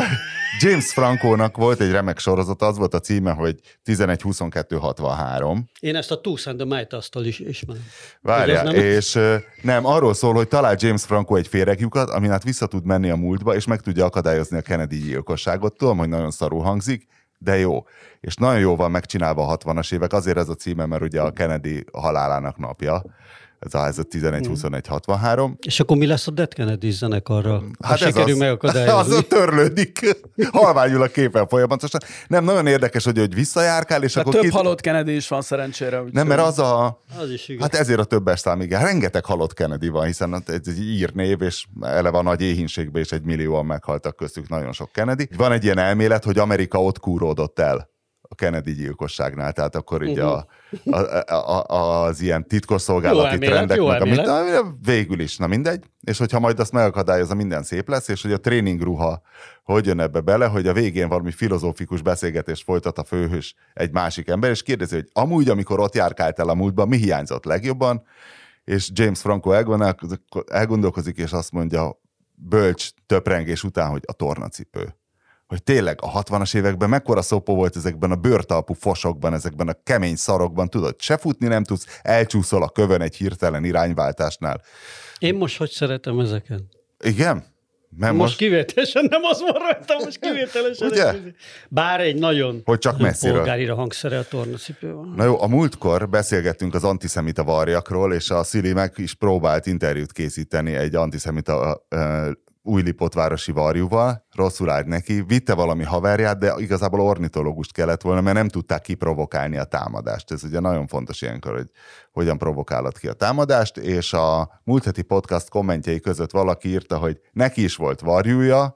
Speaker 1: James Frankónak volt egy remek sorozata, az volt a címe, hogy tizenegy huszonkettő hatvanhárom.
Speaker 2: Én ezt a Two and the Might-asztal is ismerem.
Speaker 1: Várjál,
Speaker 2: Hogy ez nem-
Speaker 1: és ö, nem, arról szól, hogy talál James Franco egy féreglyukat, amin át vissza tud menni a múltba, és meg tudja akadályozni a Kennedy gyilkosságot. Tudom, hogy nagyon szarul hangzik, de jó. És nagyon jó van megcsinálva a hatvanas évek, azért ez a címe, mert ugye a Kennedy halálának napja. Ez a, ez a tizenegy huszonegy hatvanhárom.
Speaker 2: És akkor mi lesz a Dead Kennedy zenekarral?
Speaker 1: Hát
Speaker 2: Ha
Speaker 1: ez
Speaker 2: sikerül
Speaker 1: az,
Speaker 2: megakadályozni.
Speaker 1: az törlődik. Halványul a képen folyamatosan. Nem, nagyon érdekes, hogy, hogy visszajárkál, és
Speaker 3: De
Speaker 1: akkor
Speaker 3: több
Speaker 1: kit...
Speaker 3: halott Kennedy is van szerencsére. Úgy
Speaker 1: Nem, mert az a...
Speaker 2: Az is igaz.
Speaker 1: Hát ezért a többes szám, igen. Rengeteg halott Kennedy van, hiszen ez egy ír név, és eleve a nagy éhínségben is egy millióan meghaltak köztük nagyon sok Kennedy. Van egy ilyen elmélet, hogy Amerika ott kúródott el a Kennedy gyilkosságnál, tehát akkor így a, a, a, a, az ilyen titkosszolgálati
Speaker 2: Jó elmélet,
Speaker 1: trendek,
Speaker 2: jó
Speaker 1: meg amit,
Speaker 2: elmélet.
Speaker 1: végül is, na mindegy. És hogyha majd azt megakadályozza, minden szép lesz, és hogy a tréningruha hogy jön ebbe bele, hogy a végén valami filozófikus beszélgetést folytat a főhős egy másik ember, és kérdezi, hogy amúgy, amikor ott járkáltál a múltban, mi hiányzott legjobban, és James Franco elgondolkozik, elgondolkozik és azt mondja, bölcs töprengés után, hogy a tornacipő. Hogy tényleg a hatvanas években mekkora szopó volt ezekben a bőrtalpú fosokban, ezekben a kemény szarokban, tudod, se futni nem tudsz, elcsúszol a kövön egy hirtelen irányváltásnál.
Speaker 2: Én most hogy szeretem ezeket?
Speaker 1: Igen? Mert
Speaker 2: Most,
Speaker 1: most,
Speaker 2: kivételesen nem az van rajta, most kivételesen.
Speaker 1: Ugye?
Speaker 2: egy- Bár egy nagyon
Speaker 1: Hogy csak messziről.
Speaker 2: polgárira hangszerelt tornacipő van.
Speaker 1: Na jó, a múltkor beszélgettünk az antiszemita varjakról, és a Szili meg is próbált interjút készíteni egy antiszemita uh, újlipótvárosi varjúval, rosszul állt neki, vitte valami haverját, de igazából ornitológust kellett volna, mert nem tudták kiprovokálni a támadást. Ez ugye nagyon fontos ilyenkor, hogy hogyan provokálod ki a támadást, és a múlt heti podcast kommentjei között valaki írta, hogy neki is volt varjúja,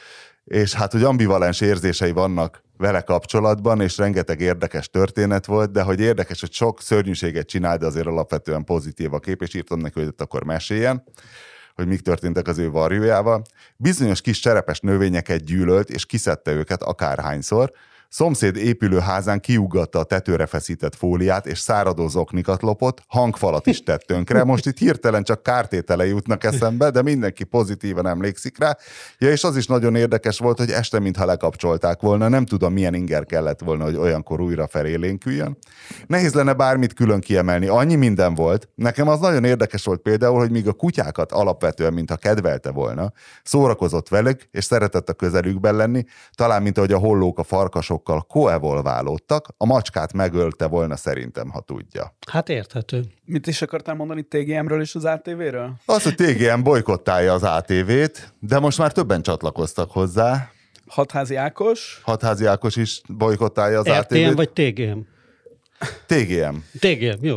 Speaker 1: és hát, hogy ambivalens érzései vannak vele kapcsolatban, és rengeteg érdekes történet volt, de hogy érdekes, hogy sok szörnyűséget csinál, de azért alapvetően pozitív a kép, és írtam neki, hogy akkor meséljen, hogy mik történtek az ő varjújával. Bizonyos kis cserepes növényeket gyűlölt, és kiszedte őket akárhányszor, Szomszéd épülőházán kiugatta a tetőre feszített fóliát, és száradó zoknikat lopott, hangfalat is tett tönkre. Most itt hirtelen csak kártétele jutnak eszembe, de mindenki pozitívan emlékszik rá. Ja, és az is nagyon érdekes volt, hogy este mintha lekapcsolták volna, nem tudom milyen inger kellett volna, hogy olyankor újra felélénküljön. Nehéz lenne bármit külön kiemelni, annyi minden volt. Nekem az nagyon érdekes volt például, hogy míg a kutyákat alapvetően, mintha kedvelte volna, szórakozott velük, és szeretett a közelükben lenni, talán mint ahogy a hollók a farkasokkal koevolválódtak, a macskát megölte volna szerintem, ha tudja.
Speaker 2: Hát érthető.
Speaker 3: Mit is akartál mondani té gé emről és az á té véről?
Speaker 1: Az, hogy té gé em bolykottálja az á té vét, de most már többen csatlakoztak hozzá.
Speaker 3: Hatházi Ákos.
Speaker 1: Hatházi Ákos is bolykottálja az
Speaker 2: er té em
Speaker 1: á té vét.
Speaker 2: vagy té gé em?
Speaker 1: té gé em.
Speaker 2: té gé em, jó.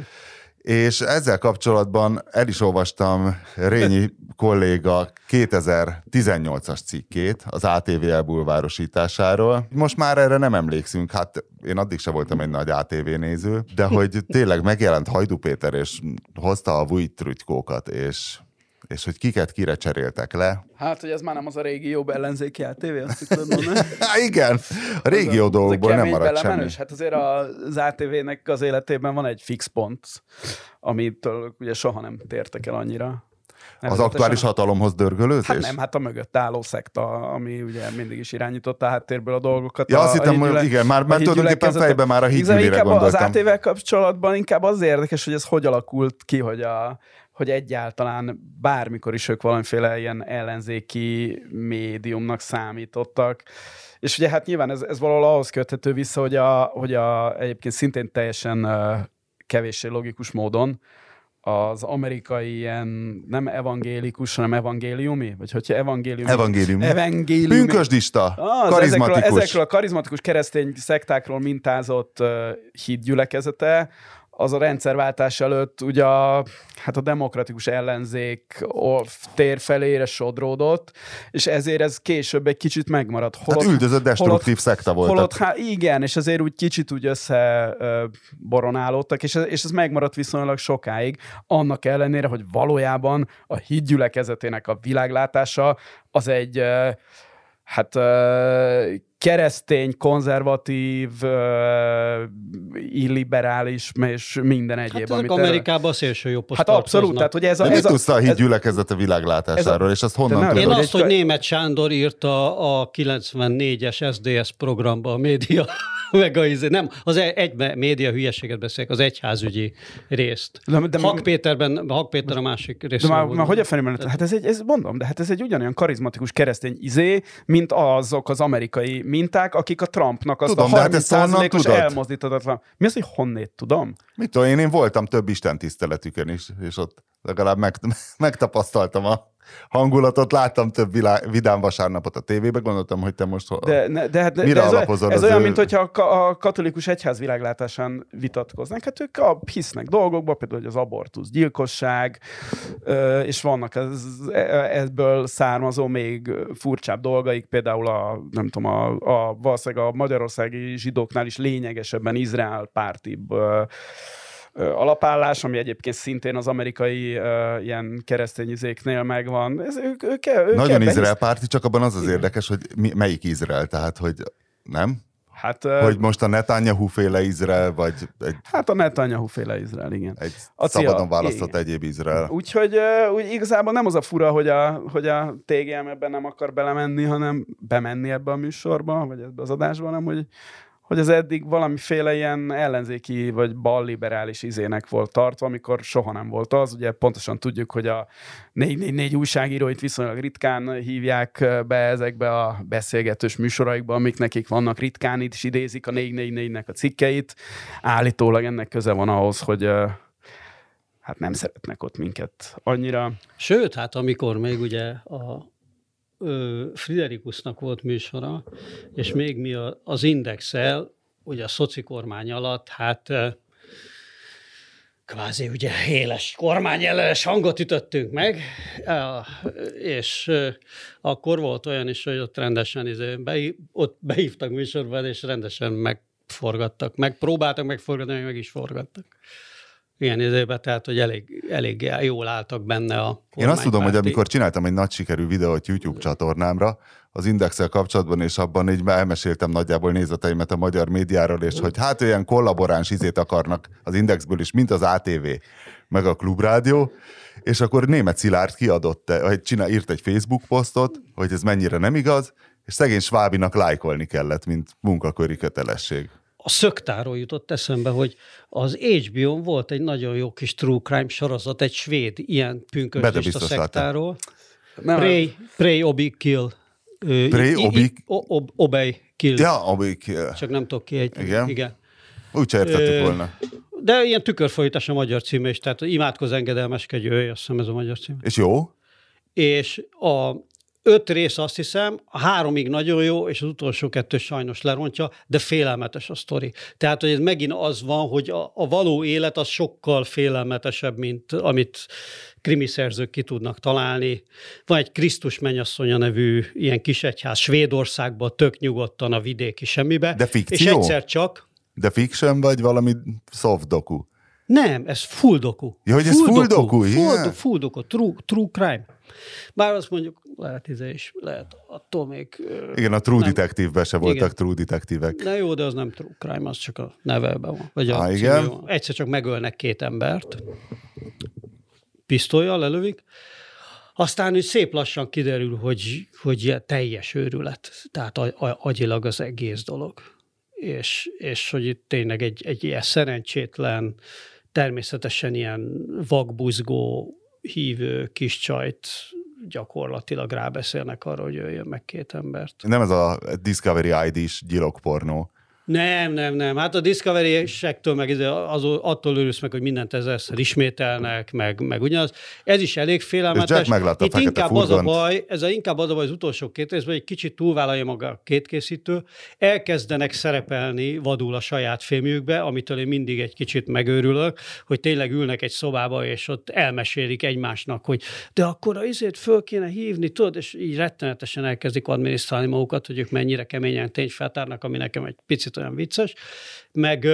Speaker 1: És ezzel kapcsolatban el is olvastam Rényi kolléga kétezer-tizennyolcas cikkét az á té vé elbulvárosításáról. Most már erre nem emlékszünk, hát én addig se voltam egy nagy á té vé néző, de hogy tényleg megjelent Hajdú Péter, és hozta a Vujtrutykókat, és és hogy kiket kire cseréltek le.
Speaker 3: Hát, hogy ez már nem az a régi jobb ellenzéki á té vé, azt tudod mondani.
Speaker 1: Há, igen, a régió dolgokból nem maradt semmi.
Speaker 3: Hát azért az á té vének az életében van egy fix pont, amitől ugye soha nem tértek el annyira.
Speaker 1: Az aktuális hatalomhoz dörgölőzés?
Speaker 3: Hát nem, hát a mögött álló szekta, ami ugye mindig is irányította a háttérből a dolgokat.
Speaker 1: Ja,
Speaker 3: a,
Speaker 1: azt hittem, hogy igen, már, már tulajdonképpen fejben már a hídgyűlére gondoltam.
Speaker 3: Az á té vé-vel kapcsolatban inkább az érdekes, hogy ez hogy alakult ki, hogy a hogy egyáltalán bármikor is ők valamiféle ilyen ellenzéki médiumnak számítottak. És ugye hát nyilván ez, ez valahol ahhoz köthető vissza, hogy, a, hogy a, egyébként szintén teljesen uh, kevéssé logikus módon az amerikai ilyen nem evangélikus, hanem evangéliumi? Vagy hogyha evangéliumi?
Speaker 1: Evangéliumi.
Speaker 3: Evangéliumi.
Speaker 1: Pünkösdista,
Speaker 3: az
Speaker 1: karizmatikus.
Speaker 3: Ezekről, ezekről a karizmatikus keresztény szektákról mintázott uh, hídgyülekezete, az a rendszerváltás előtt ugye a, hát a demokratikus ellenzék tér felére sodródott, és ezért ez később egy kicsit megmaradt.
Speaker 1: Holott, hát üldözött, destruktív szekta volt.
Speaker 3: Holott, hát igen, és ezért úgy kicsit úgy összeboronálódtak, és ez, és ez megmaradt viszonylag sokáig, annak ellenére, hogy valójában a hídgyülekezetének a világlátása az egy hát keresztény, konzervatív, illiberális, és minden egyéb.
Speaker 2: Hát ezek
Speaker 3: amit
Speaker 2: Amerikában a szélső jobbhoz
Speaker 3: Hát abszolút. Tehát, hogy ez a,
Speaker 1: de
Speaker 3: ez
Speaker 1: mit tudsz a
Speaker 3: ez,
Speaker 1: hídgyülekezete világlátásáról, és azt honnan tudod?
Speaker 2: Én azt, hogy Németh Sándor írta a kilencvennégyes es dé es programba a média, meg a izé, nem, az egy média hülyeséget beszélek, az egyházügyi részt. De, de Hak Péterben, Hak Péter a másik részről.
Speaker 3: De már, már hogy a felémben? Hát ez egy, ez mondom, de hát ez egy ugyanolyan karizmatikus keresztény izé, mint azok az amerikai minták, akik a Trumpnak azt tudom, a harminc százalékos hát elmozdíthatatlan. Mi az, hogy honnét tudom?
Speaker 1: Mit tudom, én, én voltam több istentiszteletükön is, és ott legalább meg, megtapasztaltam a hangulatot, láttam több vilá, vidám vasárnapot a tévében, gondoltam, hogy te most
Speaker 3: de, ne, de, de,
Speaker 1: mire
Speaker 3: de ez
Speaker 1: alapozol?
Speaker 3: Ez
Speaker 1: az
Speaker 3: olyan,
Speaker 1: ő...
Speaker 3: mint hogyha a, a katolikus egyház világlátásán vitatkoznak. Hát ők a, hisznek dolgokba, például hogy az abortusz gyilkosság, és vannak ez, ebből származó még furcsább dolgaik, például a, nem tudom, a, a, valószínűleg a magyarországi zsidóknál is lényegesebben Izrael pártibb alapállás, ami egyébként szintén az amerikai uh, ilyen keresztény izéknél megvan. Ez, ők, ők, ők
Speaker 1: Nagyon Izrael
Speaker 3: hisz...
Speaker 1: párti, csak abban az az érdekes, hogy mi, melyik Izrael, tehát, hogy nem?
Speaker 3: Hát, uh,
Speaker 1: hogy most a Netanyahu féle Izrael, vagy egy...
Speaker 3: Hát a Netanyahu féle Izrael, igen.
Speaker 1: Egy
Speaker 3: a
Speaker 1: szabadon
Speaker 3: cia,
Speaker 1: választott
Speaker 3: igen.
Speaker 1: egyéb Izrael.
Speaker 3: Úgyhogy uh, úgy igazából nem az a fura, hogy a, hogy a té gé em ebben nem akar belemenni, hanem bemenni ebbe a műsorba, vagy ebbe az adásba, hanem hogy hogy az eddig valamiféle ilyen ellenzéki vagy balliberális izének volt tartva, amikor soha nem volt az. Ugye pontosan tudjuk, hogy a négy négy négy újságíróit viszonylag ritkán hívják be ezekbe a beszélgetős műsoraikba, amik nekik vannak, ritkán itt is idézik a négy négy négynek a cikkeit. Állítólag ennek köze van ahhoz, hogy hát nem szeretnek ott minket annyira.
Speaker 2: Sőt, hát amikor még ugye a Friderikusnak volt műsora, és még mi az Indexel, ugye a szoci kormány alatt, hát kvázi ugye éles kormányellenes hangot ütöttünk meg, és akkor volt olyan is, hogy ott rendesen ott behívtak műsorban, és rendesen megforgattak, megpróbáltak megforgatni, meg is forgattak. ilyen időben, tehát hogy elég, elég jól álltak benne a
Speaker 1: Én azt tudom, hogy amikor csináltam egy nagy sikerű videót YouTube csatornámra, az Indexsel kapcsolatban, és abban így elmeséltem nagyjából nézeteimet a magyar médiáról, és hogy hát olyan kollaboráns izét akarnak az Indexből is, mint az á té vé, meg a Klubrádió, és akkor Németh Szilárd kiadott, hogy csinál, írt egy Facebook posztot, hogy ez mennyire nem igaz, és szegény Svábinak lájkolni kellett, mint munkaköri kötelesség.
Speaker 2: A Szöktáról jutott eszembe, hogy az há bé ó-n volt egy nagyon jó kis true crime sorozat, egy svéd ilyen pünkösdista szektáról. Pray, Pray, Obi, Kill.
Speaker 1: Pray, Obi...
Speaker 2: Obey, Kill.
Speaker 1: Ja, Obi, Kill.
Speaker 2: Csak nem tudok ki egy...
Speaker 1: Igen?
Speaker 2: Igen.
Speaker 1: Úgy se értettük volna.
Speaker 2: De ilyen tükörfordítás a magyar címe is, tehát imádkozz, engedelmeskedj, jöjj, azt hiszem ez a magyar cím.
Speaker 1: És jó?
Speaker 2: És a öt rész azt hiszem, a háromig nagyon jó, és az utolsó kettő sajnos lerontja, de félelmetes a sztori. Tehát, hogy ez megint az van, hogy a, a való élet az sokkal félelmetesebb, mint amit krimiszerzők ki tudnak találni. Van egy Krisztus mennyasszonya nevű ilyen kisegyház Svédországban, tök nyugodtan a vidéki semmibe.
Speaker 1: De fikció?
Speaker 2: És egyszer csak...
Speaker 1: De fiction vagy valami soft doku?
Speaker 2: Nem, ez full doku.
Speaker 1: Ja, hogy ez full, full doku?
Speaker 2: Full,
Speaker 1: Yeah.
Speaker 2: do, full doku, true, true crime. Bár azt mondjuk, lehet ide is, lehet attól még...
Speaker 1: Igen, a True
Speaker 2: nem,
Speaker 1: Detective-ben se voltak
Speaker 2: igen.
Speaker 1: True Detektívek.
Speaker 2: Na jó, de az nem true crime, az csak a neveben van. Vagy a
Speaker 1: ah, igen?
Speaker 2: van. Egyszer csak megölnek két embert, pisztollyal lelövik, aztán úgy szép lassan kiderül, hogy, hogy teljes őrület, tehát agyilag az egész dolog. És, és hogy itt tényleg egy, egy ilyen szerencsétlen, természetesen ilyen vakbuzgó, hívő kis csajt gyakorlatilag rábeszélnek arra, hogy jöjjön meg két embert.
Speaker 1: Nem ez a Discovery áj dés gyilokpornó.
Speaker 2: Nem, nem, nem. Hát a Discovery-sektől meg az, attól örülsz meg, hogy mindent ezerszer ismételnek, meg, meg ugyanaz. Ez is elég félelmetes. Itt inkább az a baj, ez a, inkább az a baj az utolsó két részben, egy kicsit túlvállalja maga a kétkészítő, elkezdenek szerepelni vadul a saját filmjükbe, amitől én mindig egy kicsit megőrülök, hogy tényleg ülnek egy szobába, és ott elmesélik egymásnak, hogy de akkor a izét föl kéne hívni, tudod, és így rettenetesen elkezdik adminisztrálni magukat, hogy ők mennyire keményen tényt feltárnak, ami nekem egy picit olyan vicces, meg,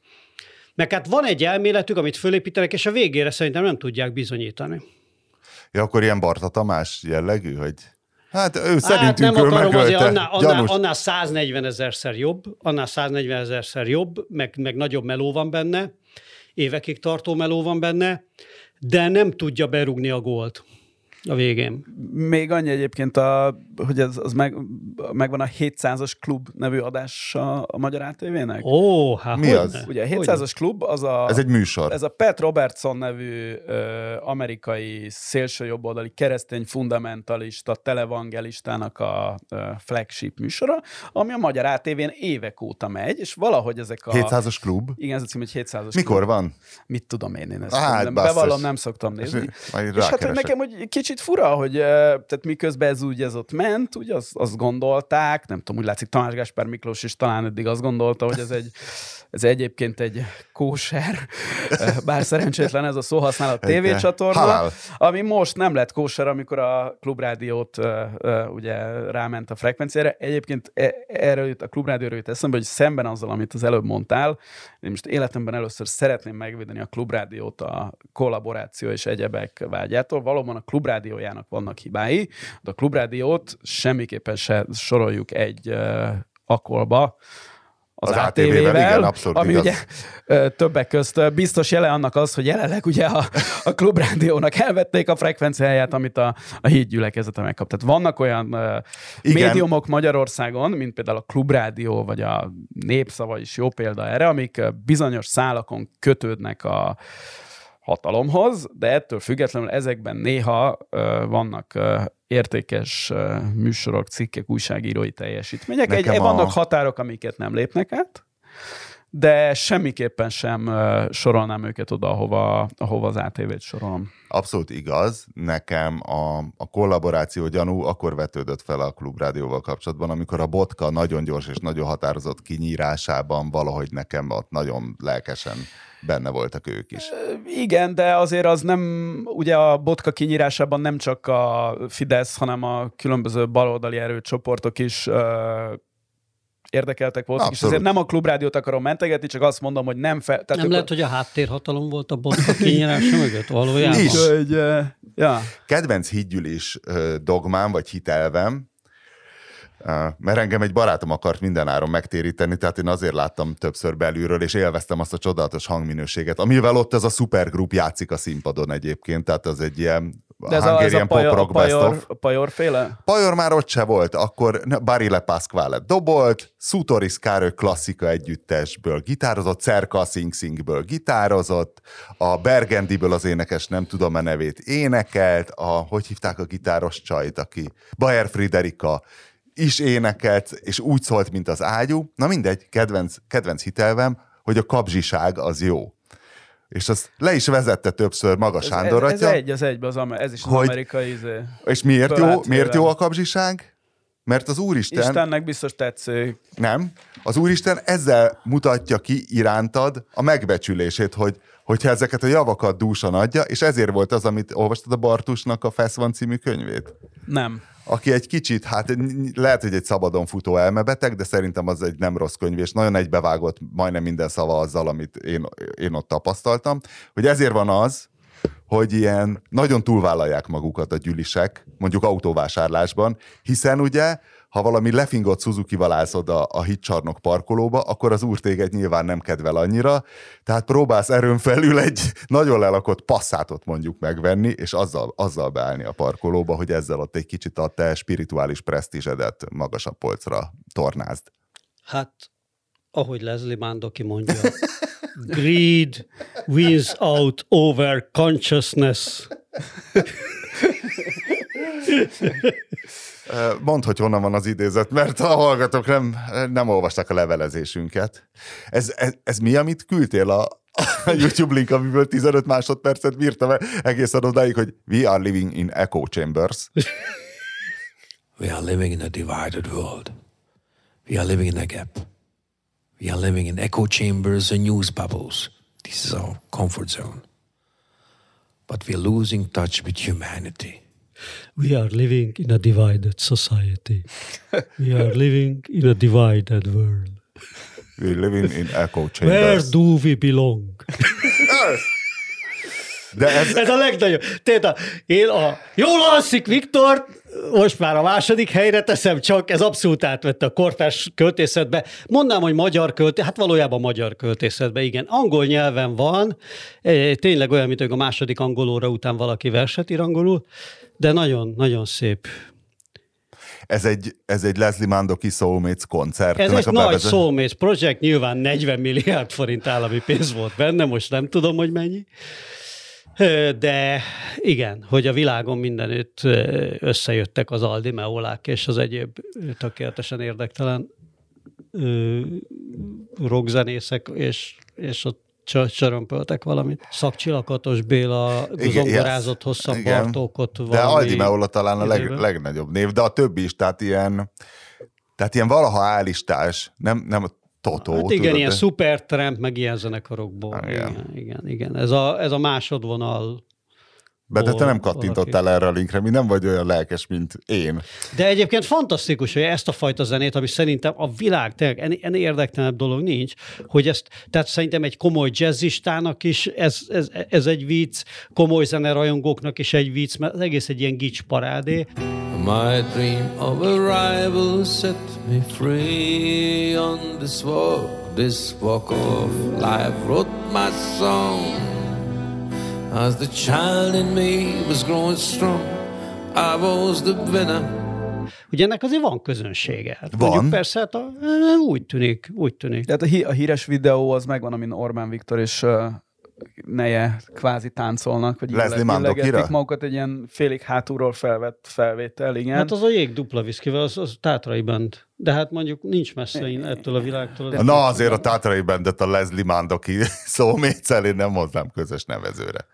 Speaker 2: meg hát van egy elméletük, amit fölépítenek, és a végére szerintem nem tudják bizonyítani.
Speaker 1: Ja, akkor ilyen Barta Tamás jellegű, hogy hát ő
Speaker 2: hát
Speaker 1: szerintünk
Speaker 2: nem
Speaker 1: ő
Speaker 2: akarom,
Speaker 1: megölte.
Speaker 2: Azért annál, annál, annál száznegyven ezerszer jobb, annál száznegyven ezerszer jobb, meg, meg nagyobb meló van benne, évekig tartó meló van benne, de nem tudja berúgni a gólt a végén.
Speaker 3: Még annyi egyébként, a, hogy ez, az meg, megvan a hétszázas klub nevű adás a, a Magyar á té vének.
Speaker 2: Ó, hát
Speaker 1: mi az?
Speaker 3: Ugye a hétszázas klub az a...
Speaker 1: Ez egy műsor.
Speaker 3: Ez a Pat Robertson nevű ö, amerikai szélsőjobboldali keresztény fundamentalista televangelistának a ö, flagship műsora, ami a Magyar á té vén évek óta megy, és valahogy ezek a...
Speaker 1: hétszázas klub?
Speaker 3: Igen, ez a cím, hogy hétszázas
Speaker 1: Mikor
Speaker 3: klub.
Speaker 1: van?
Speaker 3: Mit tudom én, én ezt
Speaker 1: hát,
Speaker 3: nem, bevallom, nem szoktam nézni. És, és hát, hogy nekem hogy kicsit fura, hogy tehát miközben ez úgy ez ott ment, úgy azt, azt gondolták, nem tudom, úgy látszik Tamás Gáspár Miklós is talán eddig azt gondolta, hogy ez egy ez egyébként egy kóser, bár szerencsétlen ez a szóhasználat tévécsatorna, ami most nem lett kóser, amikor a Klubrádiót ugye ráment a frekvenciára. Egyébként erről jut, a Klubrádióról jut eszembe, hogy szemben azzal, amit az előbb mondtál, én most életemben először szeretném megvédeni a Klubrádiót a kollaboráció és egyebek vágyától. Valóban a Klubrádiójának vannak hibái, de a Klubrádiót semmiképpen se soroljuk egy uh, akkolba, az, az á té vével, igen, abszolút ami igaz. Ugye ö, többek közt biztos jele annak az, hogy jelenleg ugye a, a Klubrádiónak elvették a frekvenciáját, amit a, a hídgyülekezete megkap. Tehát vannak olyan ö, médiumok Magyarországon, mint például a Klubrádió, vagy a Népszava is jó példa erre, amik bizonyos szálakon kötődnek a hatalomhoz, de ettől függetlenül ezekben néha ö, vannak ö, értékes ö, műsorok, cikkek, újságírói teljesítmények. Egy, a... Vannak határok, amiket nem lépnek át, de semmiképpen sem ö, sorolnám őket oda, ahova, ahova az á té vét sorolom.
Speaker 1: Abszolút igaz. Nekem a, a kollaboráció gyanú akkor vetődött fel a Klubrádióval kapcsolatban, amikor a Botka nagyon gyors és nagyon határozott kinyírásában valahogy nekem ott nagyon lelkesen benne voltak ők is.
Speaker 3: Igen, de azért az nem, ugye a Botka kinyírásában nem csak a Fidesz, hanem a különböző baloldali erőcsoportok is ö, érdekeltek voltak, Abszolút. És ezért nem a Klubrádiót akarom mentegetni, csak azt mondom, hogy nem... Fe...
Speaker 2: Tehát nem lehet, a... hogy a háttérhatalom volt a botka kinyirása mögött valójában?
Speaker 1: Is.
Speaker 3: Hogy, uh, ja.
Speaker 1: Kedvenc hídgyűlés uh, dogmám, vagy hitelvem, uh, mert engem egy barátom akart mindenáron megtéríteni, tehát én azért láttam többször belülről, és élveztem azt a csodálatos hangminőséget, amivel ott ez a szupergrup játszik a színpadon egyébként, tehát az egy ilyen
Speaker 3: de ez a, ez a pajor, a pajor, pajor féle?
Speaker 1: Pajor már ott se volt, akkor Barry Le Pasquale dobolt, Sutoris Kárő klasszika együttesből gitározott, Cerka Sing Singből gitározott, a Bergendiből az énekes nem tudom a nevét énekelt, a, hogy hívták a gitáros csajt, aki Bayer Friderika is énekelt, és úgy szólt, mint az ágyú. Na mindegy, kedvenc, kedvenc hitelvem, hogy a kapzsiság az jó. És azt le is vezette többször maga
Speaker 3: ez,
Speaker 1: Sándor
Speaker 3: ez,
Speaker 1: atya.
Speaker 3: Ez egy, az egybe, az, ez is az hogy, amerikai izé.
Speaker 1: És miért jó, miért jó a kapzsiság? Mert az Úristen...
Speaker 3: Istennek biztos tetsző.
Speaker 1: Nem. Az Úristen ezzel mutatja ki irántad a megbecsülését, hogy, hogyha ezeket a javakat dúsan adja, és ezért volt az, amit olvastad a Bartusnak a Fesz van című könyvét?
Speaker 3: Nem.
Speaker 1: Aki egy kicsit, hát lehet, hogy egy szabadon futó elmebeteg, de szerintem az egy nem rossz könyv, és nagyon egybevágott majdnem minden szava azzal, amit én, én ott tapasztaltam, hogy ezért van az, hogy ilyen nagyon túlvállalják magukat a gyülisek, mondjuk autóvásárlásban, hiszen ugye, ha valami lefingott Suzuki-val állsz oda a hitcsarnok parkolóba, akkor az úr téged nyilván nem kedvel annyira, tehát próbálsz erőn felül egy nagyon lelakott passzátot mondjuk megvenni, és azzal, azzal beállni a parkolóba, hogy ezzel ott egy kicsit a te spirituális presztízsedet magasabb polcra tornázd.
Speaker 2: Hát, ahogy Leslie Mandoki mondja, greed wins out over consciousness.
Speaker 1: Mondd, hogy honnan van az idézet, mert a hallgatók nem, nem olvasták a levelezésünket. Ez, ez, ez mi, amit küldtél a, a YouTube link, amiből tizenöt másodpercet bírtam egészen odáig, hogy we are living in echo chambers.
Speaker 4: We are living in a divided world. We are living in a gap. We are living in echo chambers and news bubbles. This is our comfort zone. But we are losing touch with humanity.
Speaker 2: We are living in a divided society. We are living in a divided world.
Speaker 1: We are living in echo chambers.
Speaker 2: Where do we belong?
Speaker 1: De ez...
Speaker 2: ez a legnagyobb. Tehát én a jól alszik Viktor, most már a második helyre teszem, csak ez abszolút átvette a kortárs költészetbe. Mondnám, hogy magyar költészet, hát valójában magyar költészetbe, igen. Angol nyelven van, tényleg olyan, mint hogy a második angol óra után valaki verset ír angolul, de nagyon-nagyon szép.
Speaker 1: Ez egy, ez egy Leslie Mandoki Soulmates koncert.
Speaker 2: Ez egy nagy Soulmates projekt, nyilván negyven milliárd forint állami pénz volt benne, most nem tudom, hogy mennyi. De igen, hogy a világon mindenütt összejöttek az Aldi Meolák és az egyéb tökéletesen érdektelen rockzenészek, és, és ott csörömpöltek valamit. Szakcsilakatos Béla zongorázott hosszabb Bartókot.
Speaker 1: De Aldi Meola talán a leg, legnagyobb név, de a többi is, tehát ilyen, tehát ilyen valaha állistás, nem, nem Totó,
Speaker 2: hát igen,
Speaker 1: tudod,
Speaker 2: ilyen
Speaker 1: de...
Speaker 2: Supertramp, meg ilyen zenekarokból. Ah, igen. igen, igen, igen. Ez a, ez a másodvonal.
Speaker 1: De, de te nem kattintottál valaki erre a linkre, mi nem vagy olyan lelkes, mint én.
Speaker 2: De egyébként fantasztikus, hogy ezt a fajta zenét, ami szerintem a világ, tényleg ennél érdektelenebb dolog nincs, hogy ezt, tehát szerintem egy komoly jazzistának is ez, ez, ez egy vicc, komoly zenerajongóknak is egy vicc, mert az egész egy ilyen gics parádé.
Speaker 4: My dream of arrival set me free on this walk, this walk of life wrote my song. As the child in me was growing strong, I was the winner.
Speaker 2: Ugye ennek azért van közönsége. Hát
Speaker 1: van.
Speaker 2: Mondjuk persze, hát a, úgy tűnik, úgy tűnik.
Speaker 3: Tehát a, hí- a híres videó az megvan, amin Orbán Viktor és uh, neje kvázi táncolnak, vagy illegetik magukat egy ilyen félig hátulról felvett felvétel, igen.
Speaker 2: Hát az a Jég dupla viszkivel, az, az Tátrai Band. De hát mondjuk nincs messze ettől a világtól.
Speaker 1: De na azért a Tátrai Bandet a Leslie Mandoki Soulmates-el én nem hoznám közös nevezőre.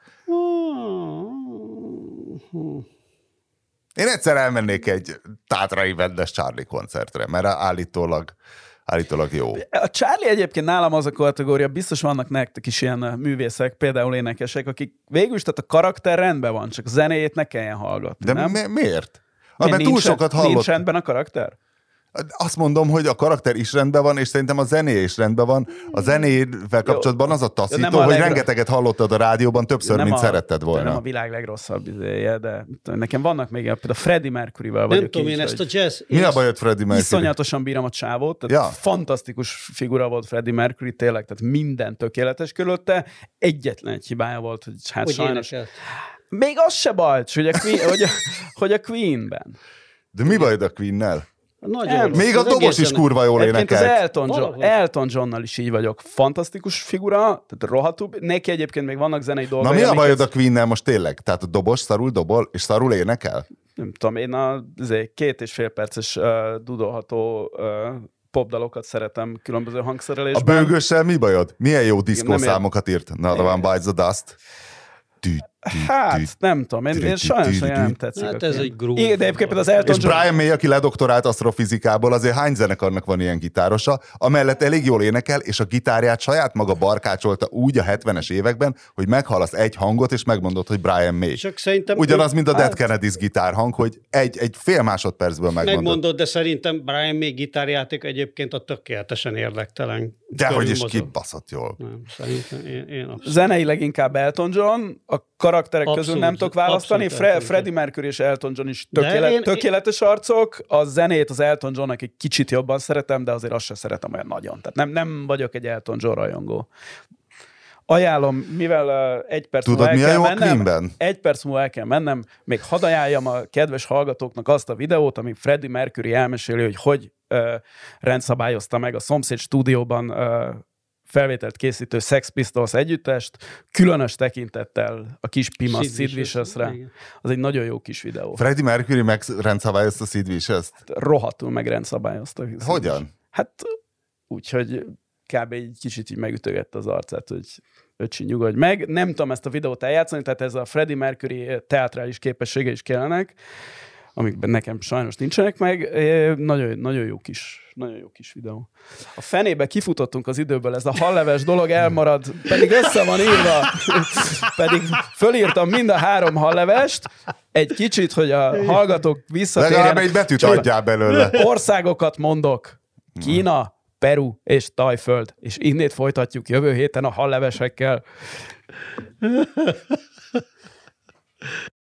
Speaker 1: Én egyszer elmennék egy Tátrai Bandes Charlie koncertre, mert állítólag Állítólag jó.
Speaker 3: A Charlie egyébként nálam az a kategória, biztos vannak nektek is ilyen művészek, például énekesek, akik végülis, tehát a karakter rendben van, csak a zenéjét ne kelljen hallgatni.
Speaker 1: De
Speaker 3: nem?
Speaker 1: Mi, miért?
Speaker 3: Mi,
Speaker 1: Mert túl sokat hallott.
Speaker 3: Nincs rendben a karakter?
Speaker 1: Azt mondom, hogy a karakter is rendben van, és szerintem a zené is rendben van. A zenével kapcsolatban az a taszító,
Speaker 3: Ja, a
Speaker 1: hogy
Speaker 3: legra...
Speaker 1: rengeteget hallottad a rádióban többször,
Speaker 3: nem
Speaker 1: mint
Speaker 3: a,
Speaker 1: szeretted volna.
Speaker 3: Nem a világ legrosszabb izéje, de nekem vannak még, például Freddie Mercury-vel vagyok.
Speaker 2: Nem tudom, én ezt a jazz...
Speaker 1: Mi a bajod Freddie Mercury?
Speaker 3: Iszonyatosan bírom a csávót, tehát
Speaker 1: Ja.
Speaker 3: fantasztikus figura volt Freddie Mercury, tényleg, tehát minden tökéletes körülötte. Egyetlen egy hibája volt, hogy hát
Speaker 2: hogy
Speaker 3: sajnos...
Speaker 2: énekelt.
Speaker 3: Még az se baj, hogy a, Queen, hogy a, hogy a Queenben.
Speaker 1: De mi bajod a Queennel?
Speaker 2: Nagyon
Speaker 3: Nem.
Speaker 2: rossz.
Speaker 1: Még a
Speaker 2: Az
Speaker 1: dobos is
Speaker 2: egészen-
Speaker 1: kurva jól
Speaker 3: Egyébként az
Speaker 1: énekelt.
Speaker 3: Elton, John,
Speaker 2: Valahogy.
Speaker 3: Elton Johnnal is így vagyok. Fantasztikus figura, tehát rohadtul. Neki egyébként még vannak zenei dolgai.
Speaker 1: Na mi a
Speaker 3: amiket-
Speaker 1: bajod a Queennel most tényleg? Tehát a dobos szarul dobol, és szarul énekel?
Speaker 3: Nem tudom, én a azért, két és fél perces uh, dudolható uh, popdalokat szeretem különböző
Speaker 1: A
Speaker 3: hangszerelésben.
Speaker 1: bőgössel mi bajod? Milyen jó
Speaker 3: nem
Speaker 1: diszkószámokat írt? Another one bites the dust. Tű, tű, tű.
Speaker 3: Hát, nem tudom, én, én sajnos hogy nem tetszik.
Speaker 2: Hát
Speaker 3: a
Speaker 2: ez
Speaker 3: Queen.
Speaker 2: egy groove.
Speaker 3: Igen, de egyébként az Elton
Speaker 1: És
Speaker 3: John...
Speaker 1: Brian May, aki ledoktorált asztrofizikából, azért hány zenekarnak van ilyen gitárosa, amellett elég jól énekel, és a gitárját saját maga barkácsolta úgy a hetvenes években, hogy meghallasz egy hangot, és megmondod, hogy Brian May.
Speaker 2: Csak szerintem...
Speaker 1: Ugyanaz, mint a Dead
Speaker 3: Hát-
Speaker 1: Kennedys gitárhang, hogy egy, egy fél másodpercből megmondod.
Speaker 2: Megmondod, de szerintem Brian még gitárjáték egyébként a tökéletesen érdektelen.
Speaker 1: Dehogy is
Speaker 2: Körülmozog.
Speaker 1: kibaszott jól.
Speaker 2: Nem, szerintem én, én abszolút.
Speaker 3: Zeneileg inkább Elton John, a karakterek
Speaker 2: Abszolút,
Speaker 3: közül nem tudok választani.
Speaker 2: abszolút
Speaker 3: Fre-
Speaker 2: Elton
Speaker 3: Freddie Mercury és Elton John is
Speaker 2: De
Speaker 3: tökélet,
Speaker 2: én-
Speaker 3: tökéletes arcok. A zenét az Elton Johnnak egy kicsit jobban szeretem, de azért azt sem szeretem olyan nagyon. Tehát nem, nem vagyok egy Elton John rajongó. Ajánlom, mivel uh, egy perc
Speaker 1: Tudod,
Speaker 3: múlva el
Speaker 1: mi a
Speaker 3: kell
Speaker 1: jó a
Speaker 3: mennem,
Speaker 1: Queenben?
Speaker 3: egy perc múlva el kell mennem, még hadd ajánljam a kedves hallgatóknak azt a videót, ami Freddie Mercury elmeséli, hogy hogy uh, rendszabályozta meg a szomszéd stúdióban uh, felvételt készítő Sex Pistols együttest, különös tekintettel a kis Pima
Speaker 2: Sid
Speaker 3: Sid
Speaker 2: Vicious,
Speaker 3: Viciousra.
Speaker 2: igen.
Speaker 3: Az egy nagyon jó kis videó.
Speaker 1: Freddie Mercury meg rendszabályozta Sid Vicious-t.
Speaker 3: Rohadtul megrendszabályozta.
Speaker 1: Hogyan?
Speaker 3: Hát úgy, hogy kb. Egy kicsit így megütögette az arcát, hogy öcsi, nyugodj meg. Nem tudom ezt a videót eljátszani, tehát ez a Freddie Mercury teátrális képessége is kellenek, amikben nekem sajnos nincsenek meg. É, Nagyon, nagyon jó kis, nagyon jó kis videó. A fenébe kifutottunk az időből, ez a halleves dolog elmarad, pedig össze van írva, pedig fölírtam mind a három hallevest, egy kicsit, hogy a hallgatók visszatérjenek.
Speaker 1: Legalább egy betűt
Speaker 3: Csak
Speaker 1: adjál belőle.
Speaker 3: országokat mondok. Kína, Peru és Tajföld. És innét folytatjuk jövő héten a hallevesekkel.